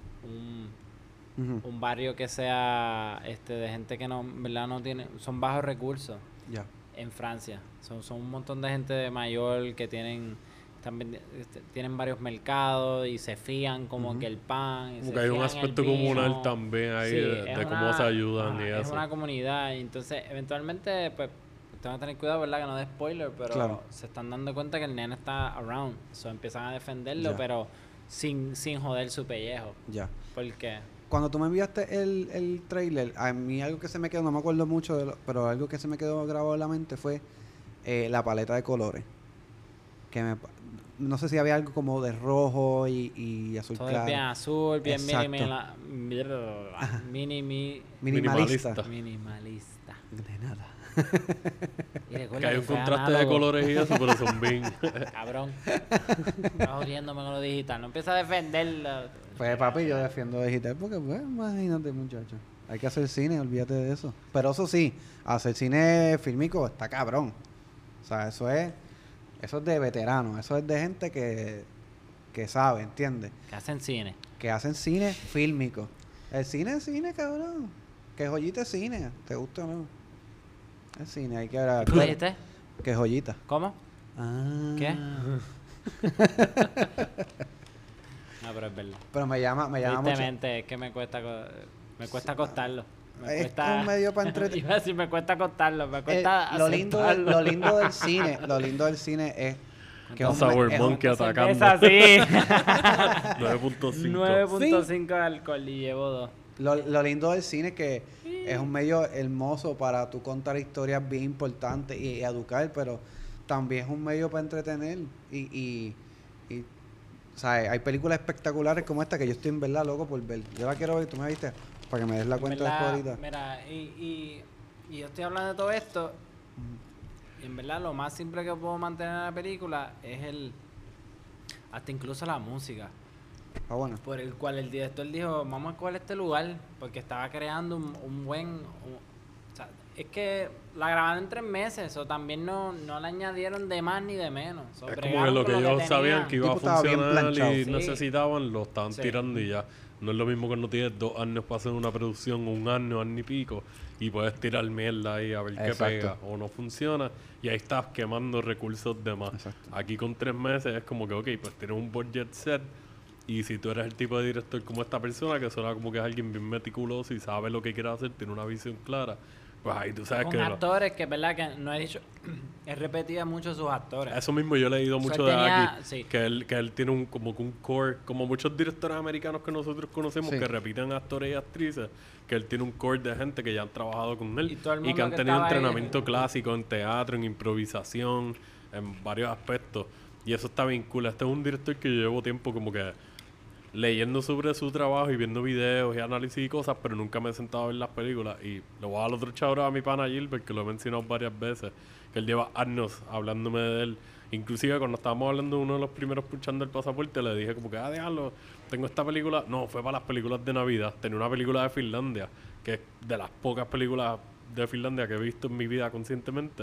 un, Ujú. un barrio que sea este de gente que no, en verdad no tiene, son bajos recursos Ya. en Francia. Son, son un montón de gente de mayor que tienen están vendi- este, tienen varios mercados y se fían como Ujú. que el pan. y Como se que hay un fían el aspecto vino. comunal también ahí Sí, de, es de cómo una- se ayudan ajá, y es eso. una comunidad. Y entonces, eventualmente, pues, tengo que tener cuidado, ¿verdad? Que no dé spoiler, pero Claro. se están dando cuenta que el nene está around. So, empiezan a defenderlo, Ya. pero sin, sin joder su pellejo. Ya. Porque Cuando tú me enviaste el, el trailer, a mí algo que se me quedó, no me acuerdo mucho, de lo- pero algo que se me quedó grabado en la mente fue eh, la paleta de colores. Que me, pa- no sé si había algo como de rojo y, y azul todo es claro. bien azul, bien Exacto. minimala- mini, mini, Minimalista. Minimalista. minimalista. De nada. Y recuerda Que hay un fue contraste de análogo. colores y eso, pero son bien... Cabrón. Estás jodiéndome con lo digital. No empieza a defenderlo. Pues papi, yo defiendo digital porque, pues, imagínate, muchacho. Hay que hacer cine, olvídate de eso. Pero eso sí, hacer cine fílmico está cabrón. O sea, eso es, eso es de veteranos, eso es de gente que, que sabe, ¿entiendes? Que hacen cine. Que hacen cine fílmico. El cine es cine, cabrón. Que joyita es cine, ¿te gusta o no? Es cine, hay que ver. ¿Tú dijiste? Que joyita. ¿Cómo? Ah. ¿Qué? No, pero es verdad. Pero me llama, me llama mucho. Tristemente, es que me cuesta, co- me cuesta acostarlo. Me Es cuesta... un medio pa' entrete- Iba a decir, me cuesta acostarlo, me Eh, cuesta lo, lindo de- aceptarlo. lo lindo del cine, lo lindo del cine es que es Está un, me- Sour es un- Monkey atacando. Es así. nueve punto cinco. nueve punto cinco de alcohol y llevo dos. lo, lo lindo del cine es que es un medio hermoso para tú contar historias bien importantes y, y educar, pero también es un medio para entretener y, y, y o sea, hay películas espectaculares como esta que yo estoy en verdad loco por ver. Yo la quiero ver, tú me viste, para que me des la En cuenta verdad, después ahorita. Mira, y, y, y yo estoy hablando de todo esto. Y en verdad, lo más simple que puedo mantener en la película es el. Hasta incluso la música. Ah, bueno. Por el cual el director dijo: vamos a coger este lugar. Porque estaba creando un, un buen. un- o sea, es que la grabaron en tres meses, o también no, no le añadieron de más ni de menos. So, Es como que bregaron lo con que ellos tenían. sabían que iba a Tipo estaba bien funcionar planchado. y Sí. necesitaban, lo estaban Sí. tirando y ya. No es lo mismo cuando tienes dos años para hacer una producción, un año, año y pico, y puedes tirar mierda ahí a ver qué Exacto. pega o no funciona, y ahí estás quemando recursos de más. Exacto. Aquí con tres meses es como que, ok, pues tienes un budget set, y si tú eres el tipo de director como esta persona, que suena como que es alguien bien meticuloso y sabe lo que quiere hacer, tiene una visión clara, pues ahí tú sabes Con que... lo- actores que, verdad, que no he dicho, he repetido mucho sus actores. Eso mismo yo he leído O sea, mucho él de tenía- aquí, sí. que él que él tiene un como que un core, como muchos directores americanos que nosotros conocemos Sí. que repiten actores y actrices, que él tiene un core de gente que ya han trabajado con él Y todo el y, mundo que han que tenido estaba ahí- entrenamiento clásico en teatro, en improvisación, en varios aspectos. Y eso está bien cool. Este es un director que yo llevo tiempo como que leyendo sobre su trabajo y viendo videos y análisis y cosas, pero nunca me he sentado a ver las películas. Y le voy a dar otro chabro a mi pana Gilbert, que lo he mencionado varias veces, que él lleva años hablándome de él. Inclusive cuando estábamos hablando de uno de los primeros puchando el pasaporte, le dije como que, ah, déjalo, tengo esta película. No, fue para las películas de Navidad. Tenía una película de Finlandia, que es de las pocas películas de Finlandia que he visto en mi vida conscientemente.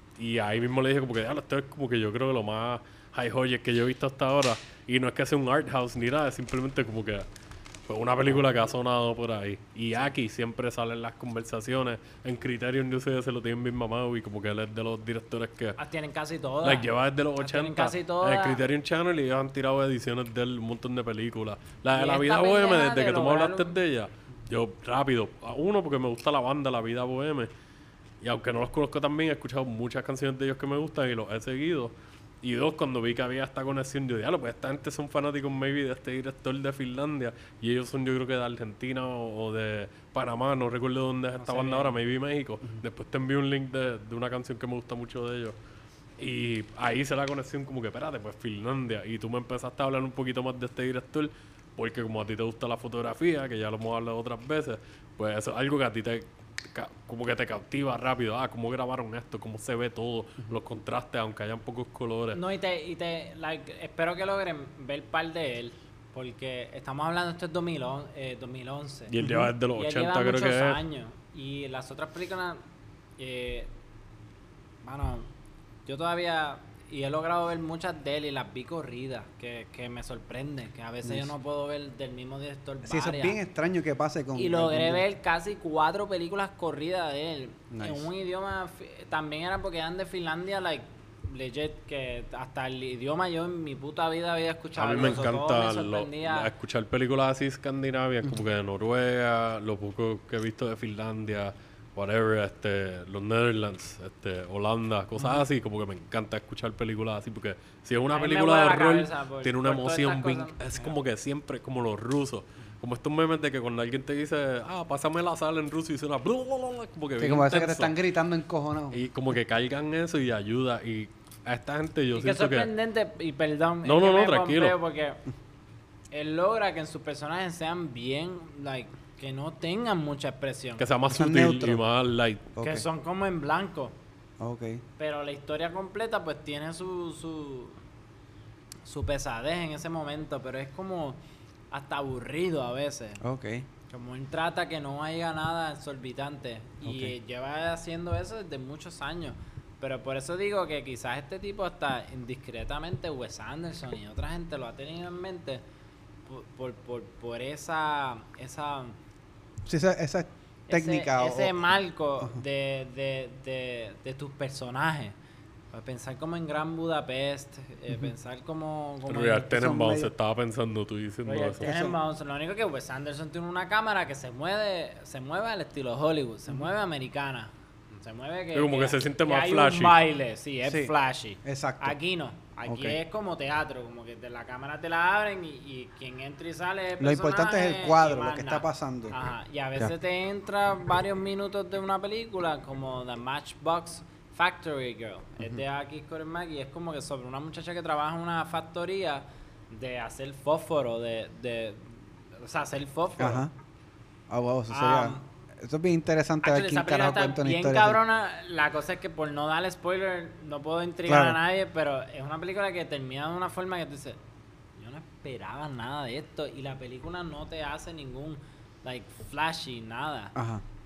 Y ahí mismo le dije como que, déjalo, esto es como que yo creo que lo más high joyes que yo he visto hasta ahora. Y no es que sea un art house ni nada, es simplemente como que fue una película que ha sonado por ahí. Y aquí siempre salen las conversaciones. En Criterion yo sé que se lo tienen bien mamado y como que él es de los directores que Las tienen casi todas. like, lleva desde los Las tienen ochenta casi en el todas. Criterion Channel y ellos han tirado ediciones de él, un montón de películas. La de Y La esta Vida Boheme, pendeja desde de que tú me lograr hablaste un- de ella, yo rápido, a uno porque me gusta la banda La Vida Boheme. Y aunque no los conozco tan bien, he escuchado muchas canciones de ellos que me gustan y los he seguido. Y dos, cuando vi que había esta conexión, yo dije, ah, pues esta gente son fanáticos maybe de este director de Finlandia. Y ellos son yo creo que de Argentina o, o de Panamá, no recuerdo dónde es esta sé banda bien. ahora, maybe México. Después te envío un link de, de una canción que me gusta mucho de ellos. Y ahí hice la conexión como que, espérate, pues Finlandia. Y tú me empezaste a hablar un poquito más de este director, porque como a ti te gusta la fotografía, que ya lo hemos hablado otras veces, pues eso es algo que a ti te ca- como que te cautiva rápido. Ah, cómo grabaron esto, cómo se ve todo, los contrastes, aunque hayan pocos colores. No, y te, y te like, espero que logren ver par de él, porque estamos hablando, esto es dos mil once, eh, dos mil once. Y él lleva desde los Y él ochenta, lleva creo muchos que es. años. Y las otras películas, eh, bueno, yo todavía, y he logrado ver muchas de él y las vi corridas, que, que me sorprende, que a veces yo no puedo ver del mismo director Sí, eso es varias. bien extraño que pase con... Y logré algún- ver casi cuatro películas corridas de él. Nice. En un idioma, fi- también era porque eran de Finlandia, like, legit, que hasta el idioma yo en mi puta vida había escuchado. A mí me algo, so todo encanta me lo- sorprendía. lo- escuchar películas así escandinavias, como que de Noruega, lo poco que he visto de Finlandia, whatever, este, los Netherlands, este, Holanda, cosas así, como que me encanta escuchar películas así, porque si es A una mí me película vuela de la rol, cabeza por- tiene una por todas emoción estas bien, cosas. es como que siempre, como los rusos, como estos memes de que cuando alguien te dice, ah, pásame la sal en ruso y suena, bla, bla, bla, bla, como que Sí, bien como ese que te intenso. están gritando encojonados. Y como que caigan eso y ayuda, y a esta gente yo Y que siento que... sorprendente, y perdón, No, es no, que no, me tranquilo. pompeo porque él logra que en sus personajes sean bien, like, que no tengan mucha expresión. Que sea más Sean sutil neutros. y más light. Ok, Que son como en blanco. ok. Pero la historia completa pues tiene su, su, su pesadez en ese momento, pero es como hasta aburrido a veces. Ok. Como él trata que no haya nada exorbitante. Y Ok. eh, lleva haciendo eso desde muchos años. Pero por eso digo que quizás este tipo hasta indiscretamente Wes Anderson y otra gente lo ha tenido en mente por, por, por, por esa, esa Sí, esa, esa técnica ese, ese o... marco de, de, de, de tus personajes. Para pensar como en Gran Budapest, eh, pensar como, como Royal en Tenenbaums, medio- estaba pensando tú diciendo Royal eso. Tenenbaums. Lo único que Wes Anderson tiene una cámara que se mueve, se mueve al estilo Hollywood, se mueve americana. Se mueve que, Sí, como que se siente más hay flashy. un baile, sí, es Sí, flashy. exacto. Aquí no, aquí Ok. es como teatro, como que de la cámara te la abren y, y quien entra y sale es el Lo importante es el personaje cuadro, y lo más que nada. está pasando. Ajá, y a veces Ya. te entra varios minutos de una película como The Matchbox Factory Girl. Es de Aki Kaurismäki y es como que sobre una muchacha que trabaja en una factoría de hacer fósforo, de, de o sea, hacer fósforo. Ajá. Ah, wow, eso Ah, sería... Eso es bien interesante ver Actually, quién esa película carajo está cuenta una bien historia así. cabrona. La cosa es que por no darle spoiler, no puedo intrigar Claro. a nadie, pero es una película que termina de una forma que tú dices, yo no esperaba nada de esto y la película no te hace ningún like flashy, nada. Ajá.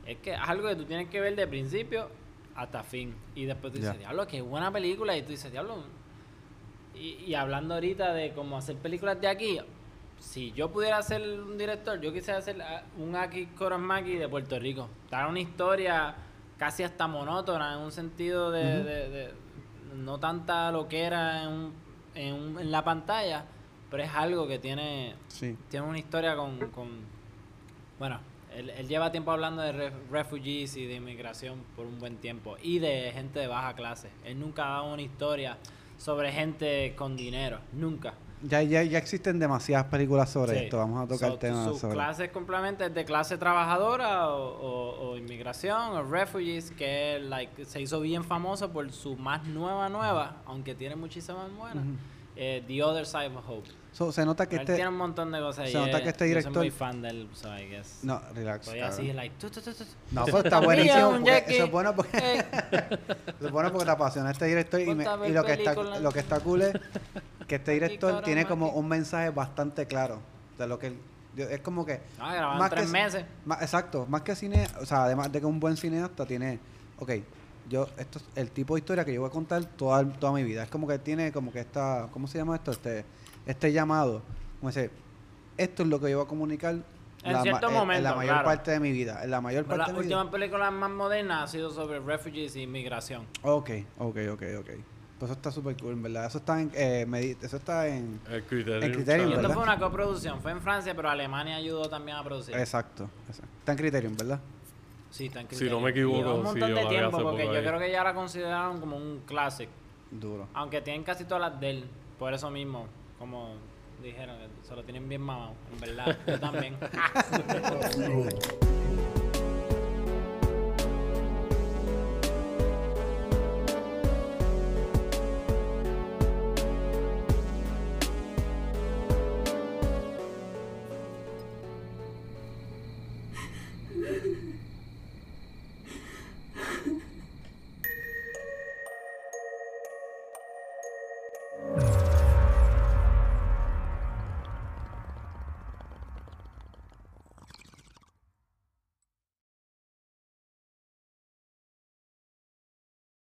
Es que es algo que tú tienes que ver de principio hasta fin. Y después tú dices, Ya. diablo, qué buena película. Y tú dices, diablo. Y, y hablando ahorita de cómo hacer películas de aquí, si yo pudiera ser un director, yo quisiera hacer ah, un Aki Kaurismäki de Puerto Rico. Dar una historia casi hasta monótona en un sentido de, Ujú. de, de no tanta loquera en, un, en, un- en la pantalla, pero es algo que tiene, Sí. tiene una historia con, con bueno, él, él lleva tiempo hablando de ref- refugees y de inmigración por un buen tiempo y de gente de baja clase. Él nunca ha dado una historia sobre gente con dinero, nunca. Ya, ya, ya existen demasiadas películas sobre Sí. esto. Vamos a tocar So, el tema sus sobre... clases completamente de clase trabajadora o, o- o inmigración o refugees, que like, se hizo bien famoso por su más nueva nueva, aunque tiene muchísimas buenas, Ujú. eh, The Other Side of Hope. So, se nota que Pero él este... tiene un montón de cosas. se y nota es- que este Yo director- soy muy fan de él, so I guess. No, relax. Estoy cabrón. así, like... tu, tu, tu, tu. No, pero está Mía, buenísimo. un Porque Jackie. eso es bueno porque... Eh, eso es bueno porque te apasiona este director y, me- Ponte a ver y lo, que está, películas. lo que está cool es que este director cabrón, tiene como aquí. un mensaje bastante claro de lo que él- yo- es como que Ah, grabaron más tres que- meses. más, exacto, más que cine, o sea, además de que un buen cineasta tiene, ok, yo esto es el tipo de historia que yo voy a contar toda, toda mi vida. Es como que tiene como que esta, ¿cómo se llama esto? Este este llamado, como dice, esto es lo que yo voy a comunicar En ma- cierto en- en la momento, mayor claro. parte de mi vida, en la mayor Pero parte las de mi vida. últimas películas más modernas ha sido sobre refugees y inmigración. Ok, ok, ok, ok. Pues eso está súper cool, en verdad. Eso está en, eh, medi- eso está en... El Criterion. En Criterion, Y Channel. esto ¿verdad? fue una coproducción, fue en Francia, pero Alemania ayudó también a producir. Exacto, exacto. Está en Criterion, ¿verdad? Sí, está en Si no me Criterion. equivoco, Lleva un sí, montón yo de la vi tiempo hace porque poco yo ahí. creo que ya la consideraron como un clásico. Duro. Aunque tienen casi todas las de él. Por eso mismo, como dijeron, que se lo tienen bien mamado. En verdad, yo también.